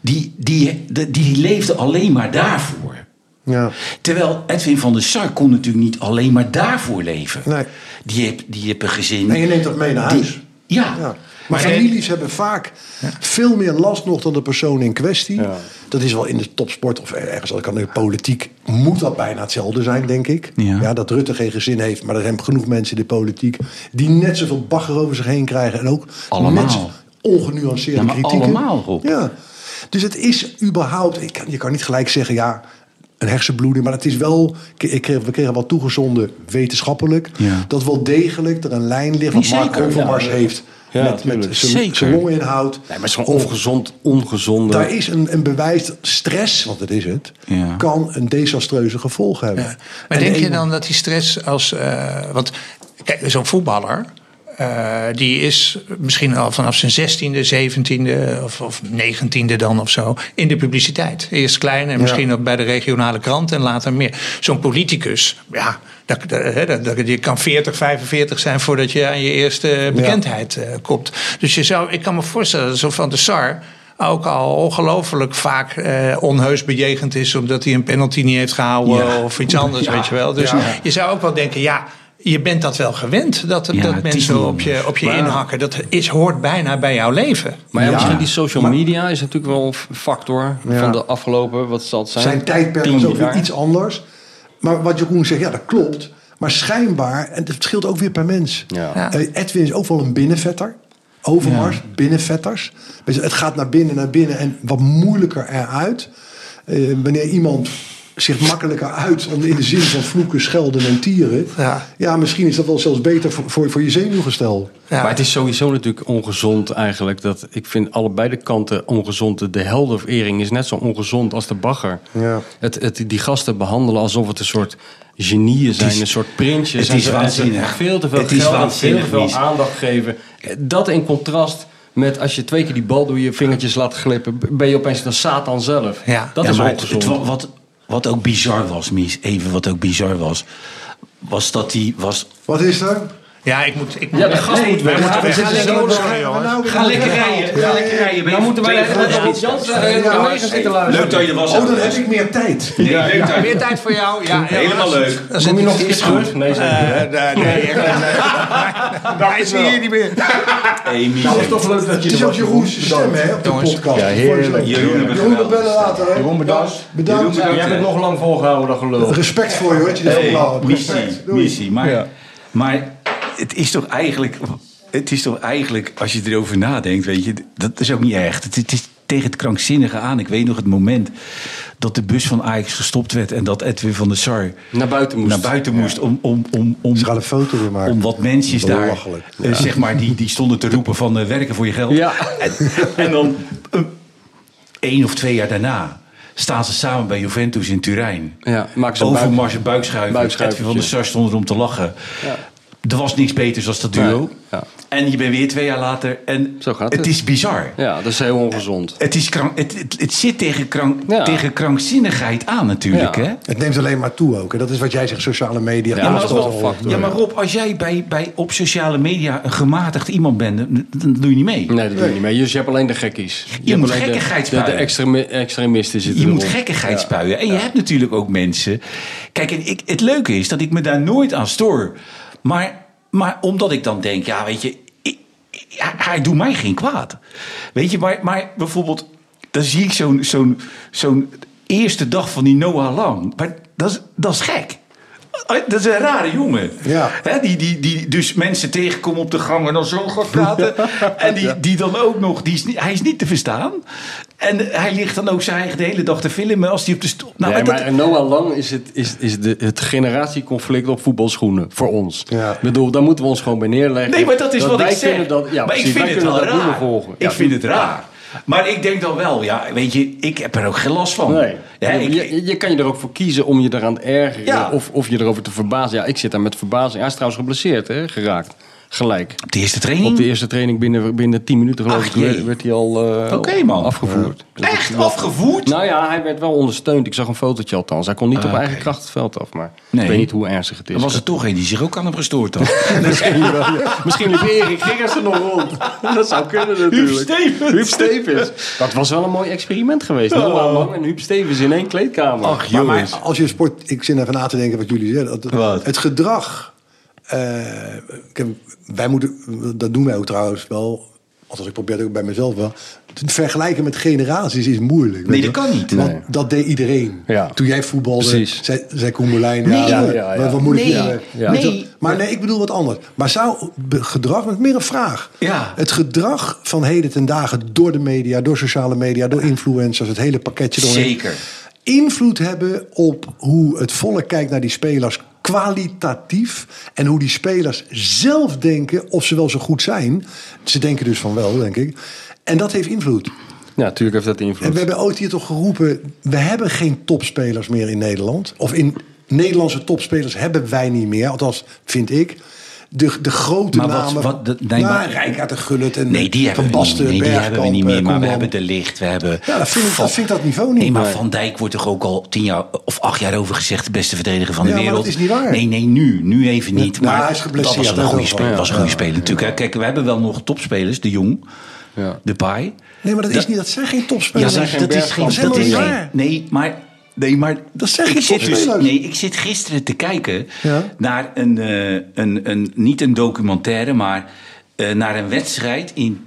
Die leefde alleen maar daarvoor. Ja. Terwijl Edwin van der Sar kon natuurlijk niet alleen maar daarvoor leven. Nee. Die heeft een gezin. En je neemt dat mee naar huis. Ja. Maar families hebben vaak veel meer last nog dan de persoon in kwestie. Ja. Dat is wel in de topsport of ergens in de politiek moet dat bijna hetzelfde zijn, denk ik. Ja, dat Rutte geen gezin heeft, maar er zijn genoeg mensen in de politiek die net zoveel bagger over zich heen krijgen. En ook net ongenuanceerde kritieken. Allemaal, Rob. Ja. Dus het is überhaupt, je kan niet gelijk zeggen, een hersenbloeding, maar het is wel, we kregen wel toegezonden wetenschappelijk, dat wel degelijk er een lijn ligt wat Mark Overmars heeft. Met zijn longinhoud. Nee, maar het is gewoon ongezonde. Daar is een bewijs, stress, want dat is het, kan een desastreuze gevolg hebben. Ja. Maar denk je dan dat die stress want kijk, zo'n voetballer, die is misschien al vanaf zijn 16e, 17e of 19e dan of zo in de publiciteit. Eerst klein en misschien ook bij de regionale krant en later meer. Zo'n politicus, je kan 40, 45 zijn voordat je aan je eerste bekendheid komt. Dus ik kan me voorstellen dat zo Van der Sar ook al ongelooflijk vaak onheus bejegend is omdat hij een penalty niet heeft gehouden of iets anders, weet je wel. Dus je zou ook wel denken, je bent dat wel gewend. Dat mensen op je inhakken. Dat hoort bijna bij jouw leven. Maar misschien die social media is natuurlijk wel een factor van de afgelopen, wat zal het zijn? Tijdperk was ook weer iets anders. Maar wat Jeroen zegt, dat klopt. Maar schijnbaar, en het verschilt ook weer per mens. Ja. Edwin is ook wel een binnenvetter. Overmars, binnenvetters. Het gaat naar binnen en wat moeilijker eruit. Wanneer iemand zich makkelijker uit in de zin van vloeken, schelden en tieren. Ja, misschien is dat wel zelfs beter voor je zenuwgestel. Ja. Maar het is sowieso natuurlijk ongezond eigenlijk. Ik vind allebei de kanten ongezond. De heldenverering is net zo ongezond als de bagger. Ja. Die gasten behandelen alsof het een soort genieën zijn, een soort prinsjes. Het is waanzinnig. Veel te veel geld, veel te veel aandacht geven. Dat in contrast met als je 2 keer die bal door je vingertjes laat glippen, ben je opeens de Satan zelf. Ja. Dat is ongezond. Wat ook bizar was, Mies, wat ook bizar was dat hij was... Wat is er? Ja, ik moet de gast moet weg. Ga lekker rijden. Dan moeten wij Rob Jansen zitten luisteren. Leuk dat je er was. Dan heb ik meer tijd. Meer tijd voor jou. Ja, helemaal leuk. Dan kom je nog eens terug? Nee, hij is hier niet meer. Het is toch leuk dat je... Het is ook Jeroen's stem, hè, op de podcast. Ja, heerlijk. Jeroen, we bellen later, hè. Jeroen, bedankt. Jij hebt het nog lang volgehouden, dat geloof. Respect voor je, hoor. Dat je dit volhoudt. Missie. Maar het is toch eigenlijk, als je erover nadenkt, weet je, dat is ook niet echt. Het is tegen het krankzinnige aan. Ik weet nog het moment dat de bus van Ajax gestopt werd en dat Edwin van der Sar naar buiten moest om ze gaan een foto weer maken. Om wat mensen daar, zeg maar, die stonden te roepen van werken voor je geld. Ja. En dan 1 of 2 jaar daarna staan ze samen bij Juventus in Turijn. Ja, Overmars en buikschuiven. Edwin van der Sar stond er om te lachen. Ja. Er was niks beters dan dat duo. Nee, ja. En je bent weer 2 jaar later. En zo gaat het is bizar. Ja, dat is heel ongezond. Het zit tegen krankzinnigheid aan natuurlijk. Ja. Hè? Het neemt alleen maar toe ook. En dat is wat jij zegt, sociale media. Maar Rob, als jij op sociale media een gematigd iemand bent, dan doe je niet mee. Nee, dat doe je niet mee. Dus je hebt alleen de gekkies. Je moet gekkigheid spuien. De extremisten zitten Je moet gekkigheid spuien. En je hebt natuurlijk ook mensen... Kijk, en het leuke is dat ik me daar nooit aan stoor. Maar omdat ik dan denk, ja, weet je, hij doet mij geen kwaad. Weet je, maar bijvoorbeeld, dan zie ik zo'n eerste dag van die Noah Lang. Maar dat is gek. Dat is een rare jongen. Ja. Hè, die dus mensen tegenkomt op de gang en dan zo gaat praten. En die dan ook nog, hij is niet te verstaan. En hij ligt dan ook zijn eigen de hele dag te filmen als hij op de stoel... maar Noah Lang is het generatieconflict op voetbalschoenen voor ons. Ja. Ik bedoel, daar moeten we ons gewoon bij neerleggen. Nee, maar dat is wat ik zeg. Maar ik vind het wel raar. Ik vind het raar. Maar ik denk dan wel, ja, weet je, ik heb er ook geen last van. Nee. Ja, je kan je er ook voor kiezen om je eraan te ergeren of je erover te verbazen. Ja, ik zit daar met verbazing. Hij is trouwens geblesseerd, geraakt. Gelijk. Op de eerste training? Op de eerste training binnen 10 minuten geloof ik werd hij al afgevoerd. Dus echt afgevoerd? Nou ja, hij werd wel ondersteund. Ik zag een fotootje althans. Hij kon niet op eigen kracht het veld af. Maar ik weet niet hoe ernstig het is. Dan was er toch een die zich ook aan hem gestoord had. Misschien liep Erik Gingers nog rond. Dat zou kunnen natuurlijk. Huub Stevens. Dat was wel een mooi experiment geweest. Noah Lang en Huub Stevens in 1 kleedkamer. Ach jongens. Maar als je sport... Ik zit even na te denken wat jullie zeggen. Het gedrag... wij moeten, dat doen wij ook trouwens wel. Althans, ik probeer het ook bij mezelf wel. Het vergelijken met generaties is moeilijk. Nee, dat kan niet. Want dat deed iedereen. Ja. Toen jij voetbalde, zei Koen Moulijn... Wat moet ik hier? Maar nee, ik bedoel wat anders. Maar zou gedrag, met meer een vraag. Ja. Het gedrag van heden ten dagen door de media, door sociale media, door influencers, het hele pakketje doorheen. Zeker. Invloed hebben op hoe het volk kijkt naar die spelers kwalitatief en hoe die spelers zelf denken of ze wel zo goed zijn. Ze denken dus van wel, denk ik. En dat heeft invloed. Ja, natuurlijk heeft dat invloed. En we hebben ooit hier toch geroepen, we hebben geen topspelers meer in Nederland. Of in Nederlandse topspelers hebben wij niet meer, althans vind ik. De grote namen. Rijkaard en Gullit en Van Basten. Nee, die hebben we niet meer. Maar we hebben De Ligt. We hebben dat vind ik dat niveau niet. Nee, maar Van Dijk wordt toch ook al 10 jaar of 8 jaar over gezegd. De beste verdediger van de wereld. Maar dat is niet waar. Nee, nu even niet. Maar hij is geblesseerd. Dat was een goede speler. Was een goede speler natuurlijk. Kijk, we hebben wel nog topspelers. De Jong. De Pai. Nee, maar dat is niet. Dat zijn geen topspelers. Ja, dat is geen. Nee, maar Nee, maar Dat zeg ik ik zit topspelers. ik zit gisteren te kijken Ja. naar niet een documentaire, maar naar een wedstrijd in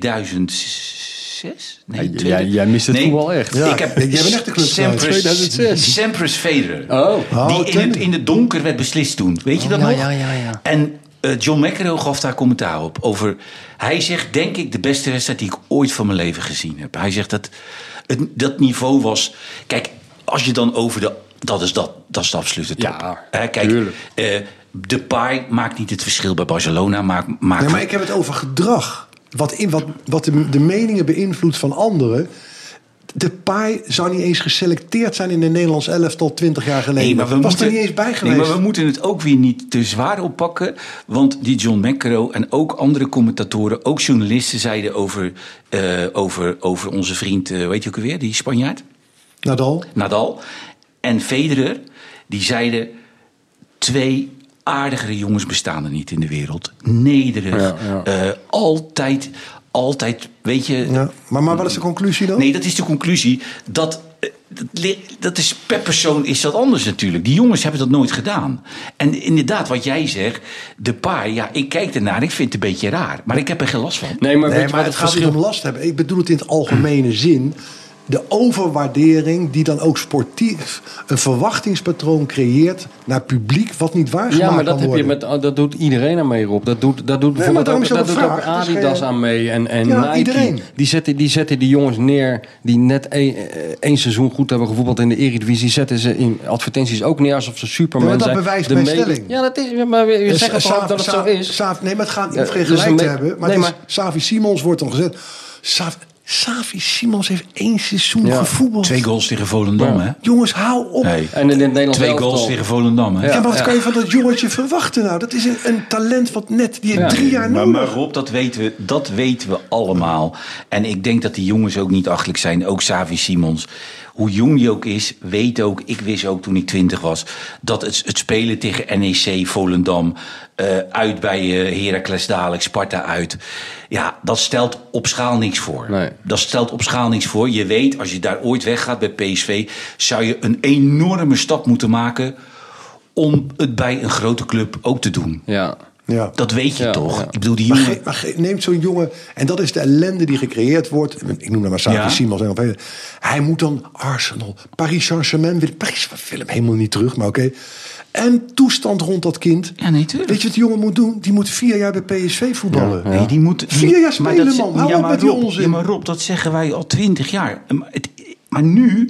2006. Nee, Jij mist het voetbal echt. Ja. Ik heb Jij bent echt de club kwijt. 2006. Sampras Federer. Oh. Die in het donker werd beslist toen. Weet je dat nog? Ja. En John McEnroe gaf daar commentaar op. Hij zegt, denk ik, de beste wedstrijd die ik ooit van mijn leven gezien heb. Hij zegt dat niveau was... Kijk, als je dan over dat is de absolute top. Ja, Kijk, tuurlijk. Depay maakt niet het verschil bij Barcelona. Nee, maar ik heb het over gedrag. Wat de meningen beïnvloedt van anderen. Depay zou niet eens geselecteerd zijn in de Nederlands elftal 20 jaar geleden. Was er niet eens bij geweest. Nee, maar we moeten het ook weer niet te zwaar oppakken. Want die John McEnroe en ook andere commentatoren, ook journalisten, zeiden over onze vriend, weet je ook alweer, die Spanjaard? Nadal. En Federer, die zeiden 2 aardigere jongens bestaan er niet in de wereld. Nederig. Ja. Altijd, weet je... Ja, maar wat is de conclusie dan? Nee, dat is de conclusie. Dat is per persoon is dat anders natuurlijk. Die jongens hebben dat nooit gedaan. En inderdaad, wat jij zegt, Depay, ja, ik kijk ernaar, ik vind het een beetje raar. Maar ik heb er geen last van. Nee, maar, weet je maar wat het gaat niet om last hebben. Ik bedoel het in het algemene zin. De overwaardering die dan ook sportief een verwachtingspatroon creëert naar publiek wat niet waargemaakt Ja, maar kan worden. dat doet iedereen aan mee, Rob. Dat doet bijvoorbeeld daarom is dat ook een vraag. Dat is Adidas geen- aan mee en Ja, Nike. iedereen. Die zetten die jongens neer die net één seizoen goed hebben gevoetbald in de Eredivisie. Zetten ze in advertenties ook neer alsof ze Superman Ja, maar dat zijn. bewijst De mijn media- stelling. Ja, dat is. Maar je zegt toch ook dat het zo is. Nee, maar het gaat Ja, niet dus gelijk een te me- hebben. Maar, nee, het is, maar- Xavi Simons wordt dan gezet. Xavi Simons heeft 1 seizoen gevoetbald. 2 goals tegen Volendam, hè? Jongens, hou op. Nee. En in het Nederlands 2 elftal- goals tegen Volendam, hè? Ja, maar wat kan je van dat jongetje verwachten nou? Dat is een talent wat net, die heeft 3 jaar nodig. Maar Rob, dat weten we allemaal. En ik denk dat die jongens ook niet achterlijk zijn. Ook Xavi Simons. Hoe jong die ook is, ik wist ook toen ik 20 was, dat het spelen tegen NEC, Volendam, uit bij Heracles dadelijk, Sparta uit. Ja, dat stelt op schaal niks voor. Nee. Dat stelt op schaal niks voor. Je weet, als je daar ooit weggaat bij PSV, zou je een enorme stap moeten maken om het bij een grote club ook te doen. Ja. Ja. Dat weet je Ja, toch? ja. Ik bedoel, die jongen... Neemt zo'n jongen, en dat is de ellende die gecreëerd wordt. Ik noem dat maar Xavi Ja. Simons. Hij moet dan Arsenal, Paris Saint-Germain willen. Paris wil hem helemaal niet terug, maar oké. En toestand rond dat kind. Ja, nee, tuurlijk. Weet je wat die jongen moet doen? Die moet 4 jaar bij PSV voetballen. Ja. Nee, die moet 4 jaar maar spelen, dat- man. Hou ja, op maar met die Rob, onzin. Ja, maar Rob, dat zeggen wij al 20 jaar. Maar nu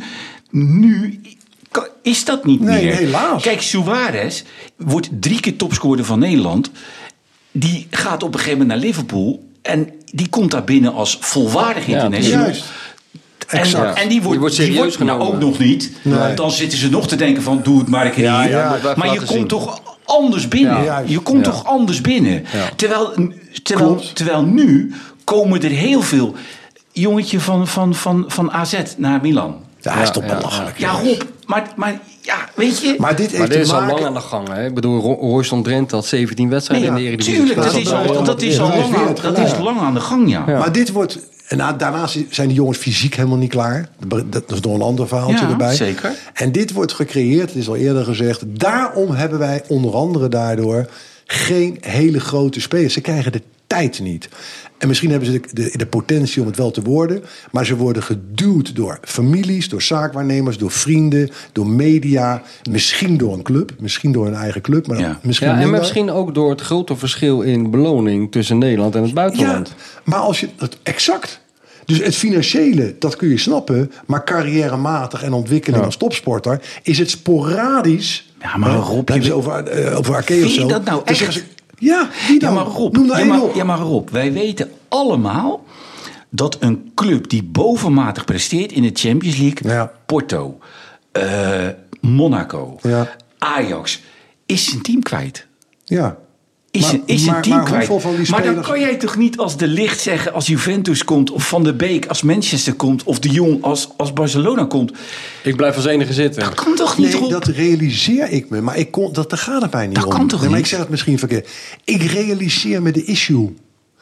is dat niet Nee, meer. helaas. Kijk, Suarez wordt 3 keer topscorer van Nederland. Die gaat op een gegeven moment naar Liverpool. En die komt daar binnen als volwaardig international. Juist. Exact. En die wordt serieus genomen. Nou, ook nog niet. Nee. Dan zitten ze nog te denken van, doe het maar een keer hier. ja, moet wel maar je laten komt zien. toch anders binnen. Ja. Je komt Ja. toch anders binnen. Ja. Terwijl nu komen er heel veel jongetje van AZ naar Milan. Ja, hij is toch ja, belachelijk. Ja, Rob, maar ja, weet je... Maar dit heeft Maar dit te is al maken... lang aan de gang. Hè? Ik bedoel, Royston Drenthe had 17 wedstrijden in de Eredivisie. tuurlijk, dat gespeeld. is lang aan de gang, ja. Maar dit wordt... En daarnaast zijn die jongens fysiek helemaal niet klaar. Dat is nog een ander verhaaltje Ja, erbij. zeker. En dit wordt gecreëerd, het is al eerder gezegd. Daarom hebben wij onder andere daardoor geen hele grote spelers. Ze krijgen de tijd niet. En misschien hebben ze de potentie om het wel te worden. Maar ze worden geduwd door families, door zaakwaarnemers, door vrienden, door media. Misschien door een club, misschien door een eigen club. Maar Ja. misschien Ja, en minder. misschien ook door het grote verschil in beloning tussen Nederland en het buitenland. Ja, maar als je het exact. Dus het financiële, dat kun je snappen. Maar carrièrematig en ontwikkeling als topsporter is het sporadisch. Ja, maar Rob, hebben ze over Arkea of Vind zo. je dat nou Dan echt? zeggen ze, ja, wie dan? Ja, maar Rob, Noem nou één op. maar Rob, wij weten allemaal dat een club die bovenmatig presteert in de Champions League, Ja. Porto, Monaco, Ja. Ajax, is zijn team kwijt. Ja. Is Maar- een team maar kwijt. hoeveel van die Maar dan spelers- kan jij toch niet als De Ligt zeggen, als Juventus komt, of Van der Beek als Manchester komt, of De Jong als Barcelona komt. Ik blijf als enige zitten. Dat kan toch niet, Nee, Rob? dat realiseer ik me. Maar daar gaat het mij niet Dat om. kan toch Nee, maar niet? ik zeg het misschien verkeerd. Ik realiseer me de issue.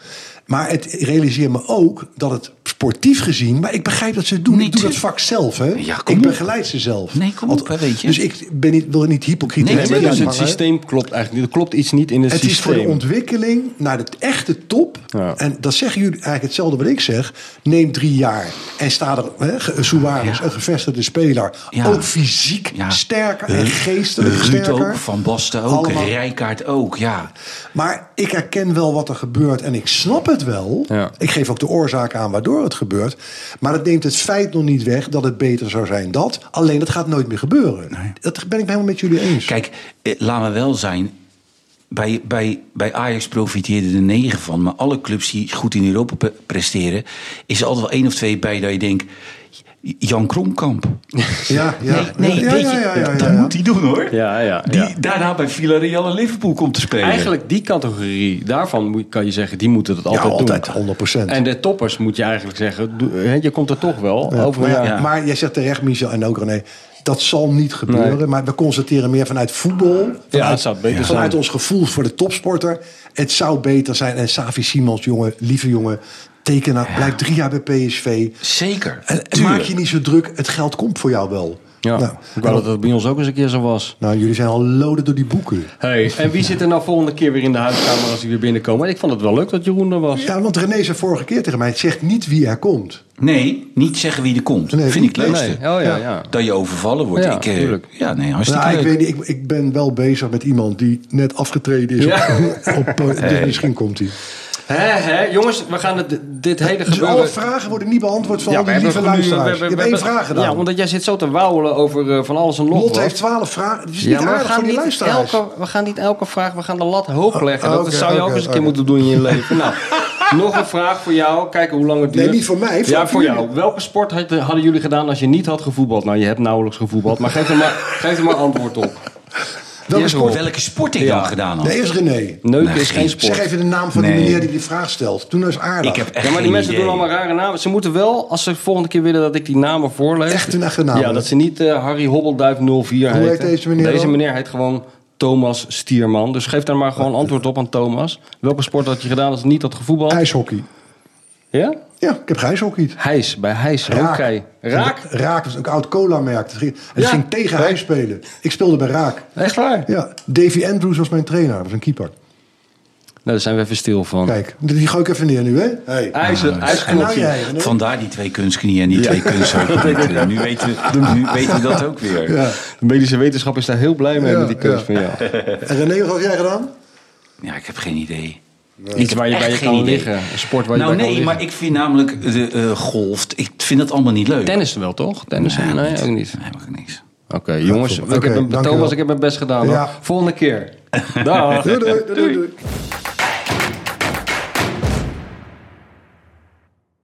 Maar het realiseer me ook dat het sportief gezien... Maar ik begrijp dat ze het doen. Nee, ik doe dat vak zelf, hè. Ja, kom Ik op. begeleid ze zelf. Nee, kom op, hè, weet je. Dus ik wil niet hypocriet Nee, zijn. Dus het systeem klopt eigenlijk niet. Er klopt iets niet in het Het is voor de systeem. ontwikkeling naar de echte top. Ja. En dat zeggen jullie eigenlijk hetzelfde wat ik zeg. Neem 3 jaar en sta er Suarez, een gevestigde speler. Ja. Ook fysiek Ja. sterker en geestelijk Ruud sterker. ook, Van Basten ook, Allemaal. Rijkaard ook, ja. Maar ik herken wel wat er gebeurt en ik snap het wel. Ja. Ik geef ook de oorzaak aan waardoor het gebeurt. Maar dat neemt het feit nog niet weg dat het beter zou zijn dat. Alleen dat gaat nooit meer gebeuren. Nee. Dat ben ik helemaal met jullie eens. Kijk, laten we wel zijn. Bij Ajax profiteerde er 9 van. Maar alle clubs die goed in Europa presteren... is er altijd wel 1 of 2 bij dat je denkt... Jan Kromkamp. Ja, Nee, ja, weet ja, je, ja, ja, dat ja. moet hij doen hoor. Ja. Die daarna bij Villarreal en Liverpool komt te spelen. Eigenlijk die categorie, daarvan kan je zeggen, die moeten het altijd doen. Altijd, 100%. En de toppers moet je eigenlijk zeggen, je komt er toch wel over. Maar, Ja. maar jij zegt terecht, Michel en ook René... dat zal niet gebeuren. Nee. Maar we constateren meer vanuit voetbal. het zou beter vanuit zijn. ons gevoel voor de topsporter. Het zou beter zijn. En Xavi Simons, lieve jongen... tekenen, blijf 3 jaar bij PSV. Zeker. En tuurlijk. maak je niet zo druk. Het geld komt voor jou wel. Ja, Nou, ik wou dat het bij ons ook eens een keer zo was. nou, jullie zijn al loden door die boeken. Hey, en wie zit er nou volgende keer weer in de huiskamer als hij weer binnenkomen? Ik vond het wel leuk dat Jeroen er was. Ja, want René zei vorige keer tegen mij... het zegt niet wie er komt. Nee, niet zeggen wie er komt. Nee, Vind ik het nee. leukste. Nee. Oh ja. Dat je overvallen wordt. Ja, tuurlijk. Hartstikke Nou, ik leuk. weet niet, ik ben wel bezig met iemand... die net afgetreden is. Ja. Dus misschien komt hij. Jongens, we gaan dit hele Dus gebeuren... alle vragen worden niet beantwoord van Ja, al die lieve luisteraars. Je hebt 1 vraag gedaan. Ja, omdat jij zit zo te wauwelen over van alles en nog Lot wat. heeft 12 vragen. Het is Ja, niet maar we aardig voor gaan, die niet luisteraars. we gaan niet elke vraag, we gaan de lat hoog leggen. Oh, Dat oké, zou je ook oké, eens een keer oké. moeten doen in je leven. Nou, nog een vraag voor jou. Kijken hoe lang het duurt. Nee, niet voor mij. Ja, voor jullie. jou. Welke sport hadden jullie gedaan als je niet had gevoetbald? Nou, je hebt nauwelijks gevoetbald. Maar geef er maar antwoord op. Welke sport? Welke sport ik Ja. dan gedaan had? Nee, eerst René. Neuken Nee, is geen Zeg sport. even de naam van die Nee. meneer die vraag stelt. Doe nou eens aardig. Ik heb echt Ja, maar die geen mensen idee. doen allemaal rare namen. Ze moeten wel, als ze volgende keer willen dat ik die namen voorlees... Echt een echte naam. Ja, dat ze niet Harry Hobbelduif 04 Hoe heet heten. deze meneer Deze dan? meneer heet gewoon Thomas Stierman. Dus geef daar maar gewoon antwoord op aan Thomas. Welke sport had je gedaan als je niet had gevoetbald? IJshockey. Ja? Ja, ik heb geijshockeyd. Hijs, bij Hijs. Oké. Raak? Raak was een oud cola-merk. Het Ja. ging tegen Hijs spelen. Ik speelde bij Raak. Echt waar? Ja, Davy Andrews was mijn trainer. Dat was een keeper. Nou, daar zijn we even stil van. Kijk, die gooi ik even neer nu, hè? Hey. IJs En nou knotje. jij, René. Vandaar die 2 kunstknieën en die 2 kunsthoofden. Nu weten we dat ook weer. Ja. De medische wetenschap is daar heel blij mee Ja, met die keus ja. van jou. En René, wat had jij gedaan? Ja, ik heb geen idee. Iets waar je bij je echt kan geen idee. liggen. Een sport waar je Nou bij kan nee, liggen. maar ik vind namelijk de golf... Ik vind dat allemaal niet leuk. Tennissen wel, toch? Tennissen? Nee, ook niet. Nee, mag niks. Oké, jongens. Oké, dankjewel. Thomas, ik heb mijn best gedaan. Hoor. Ja. Volgende keer. Dag. Doei.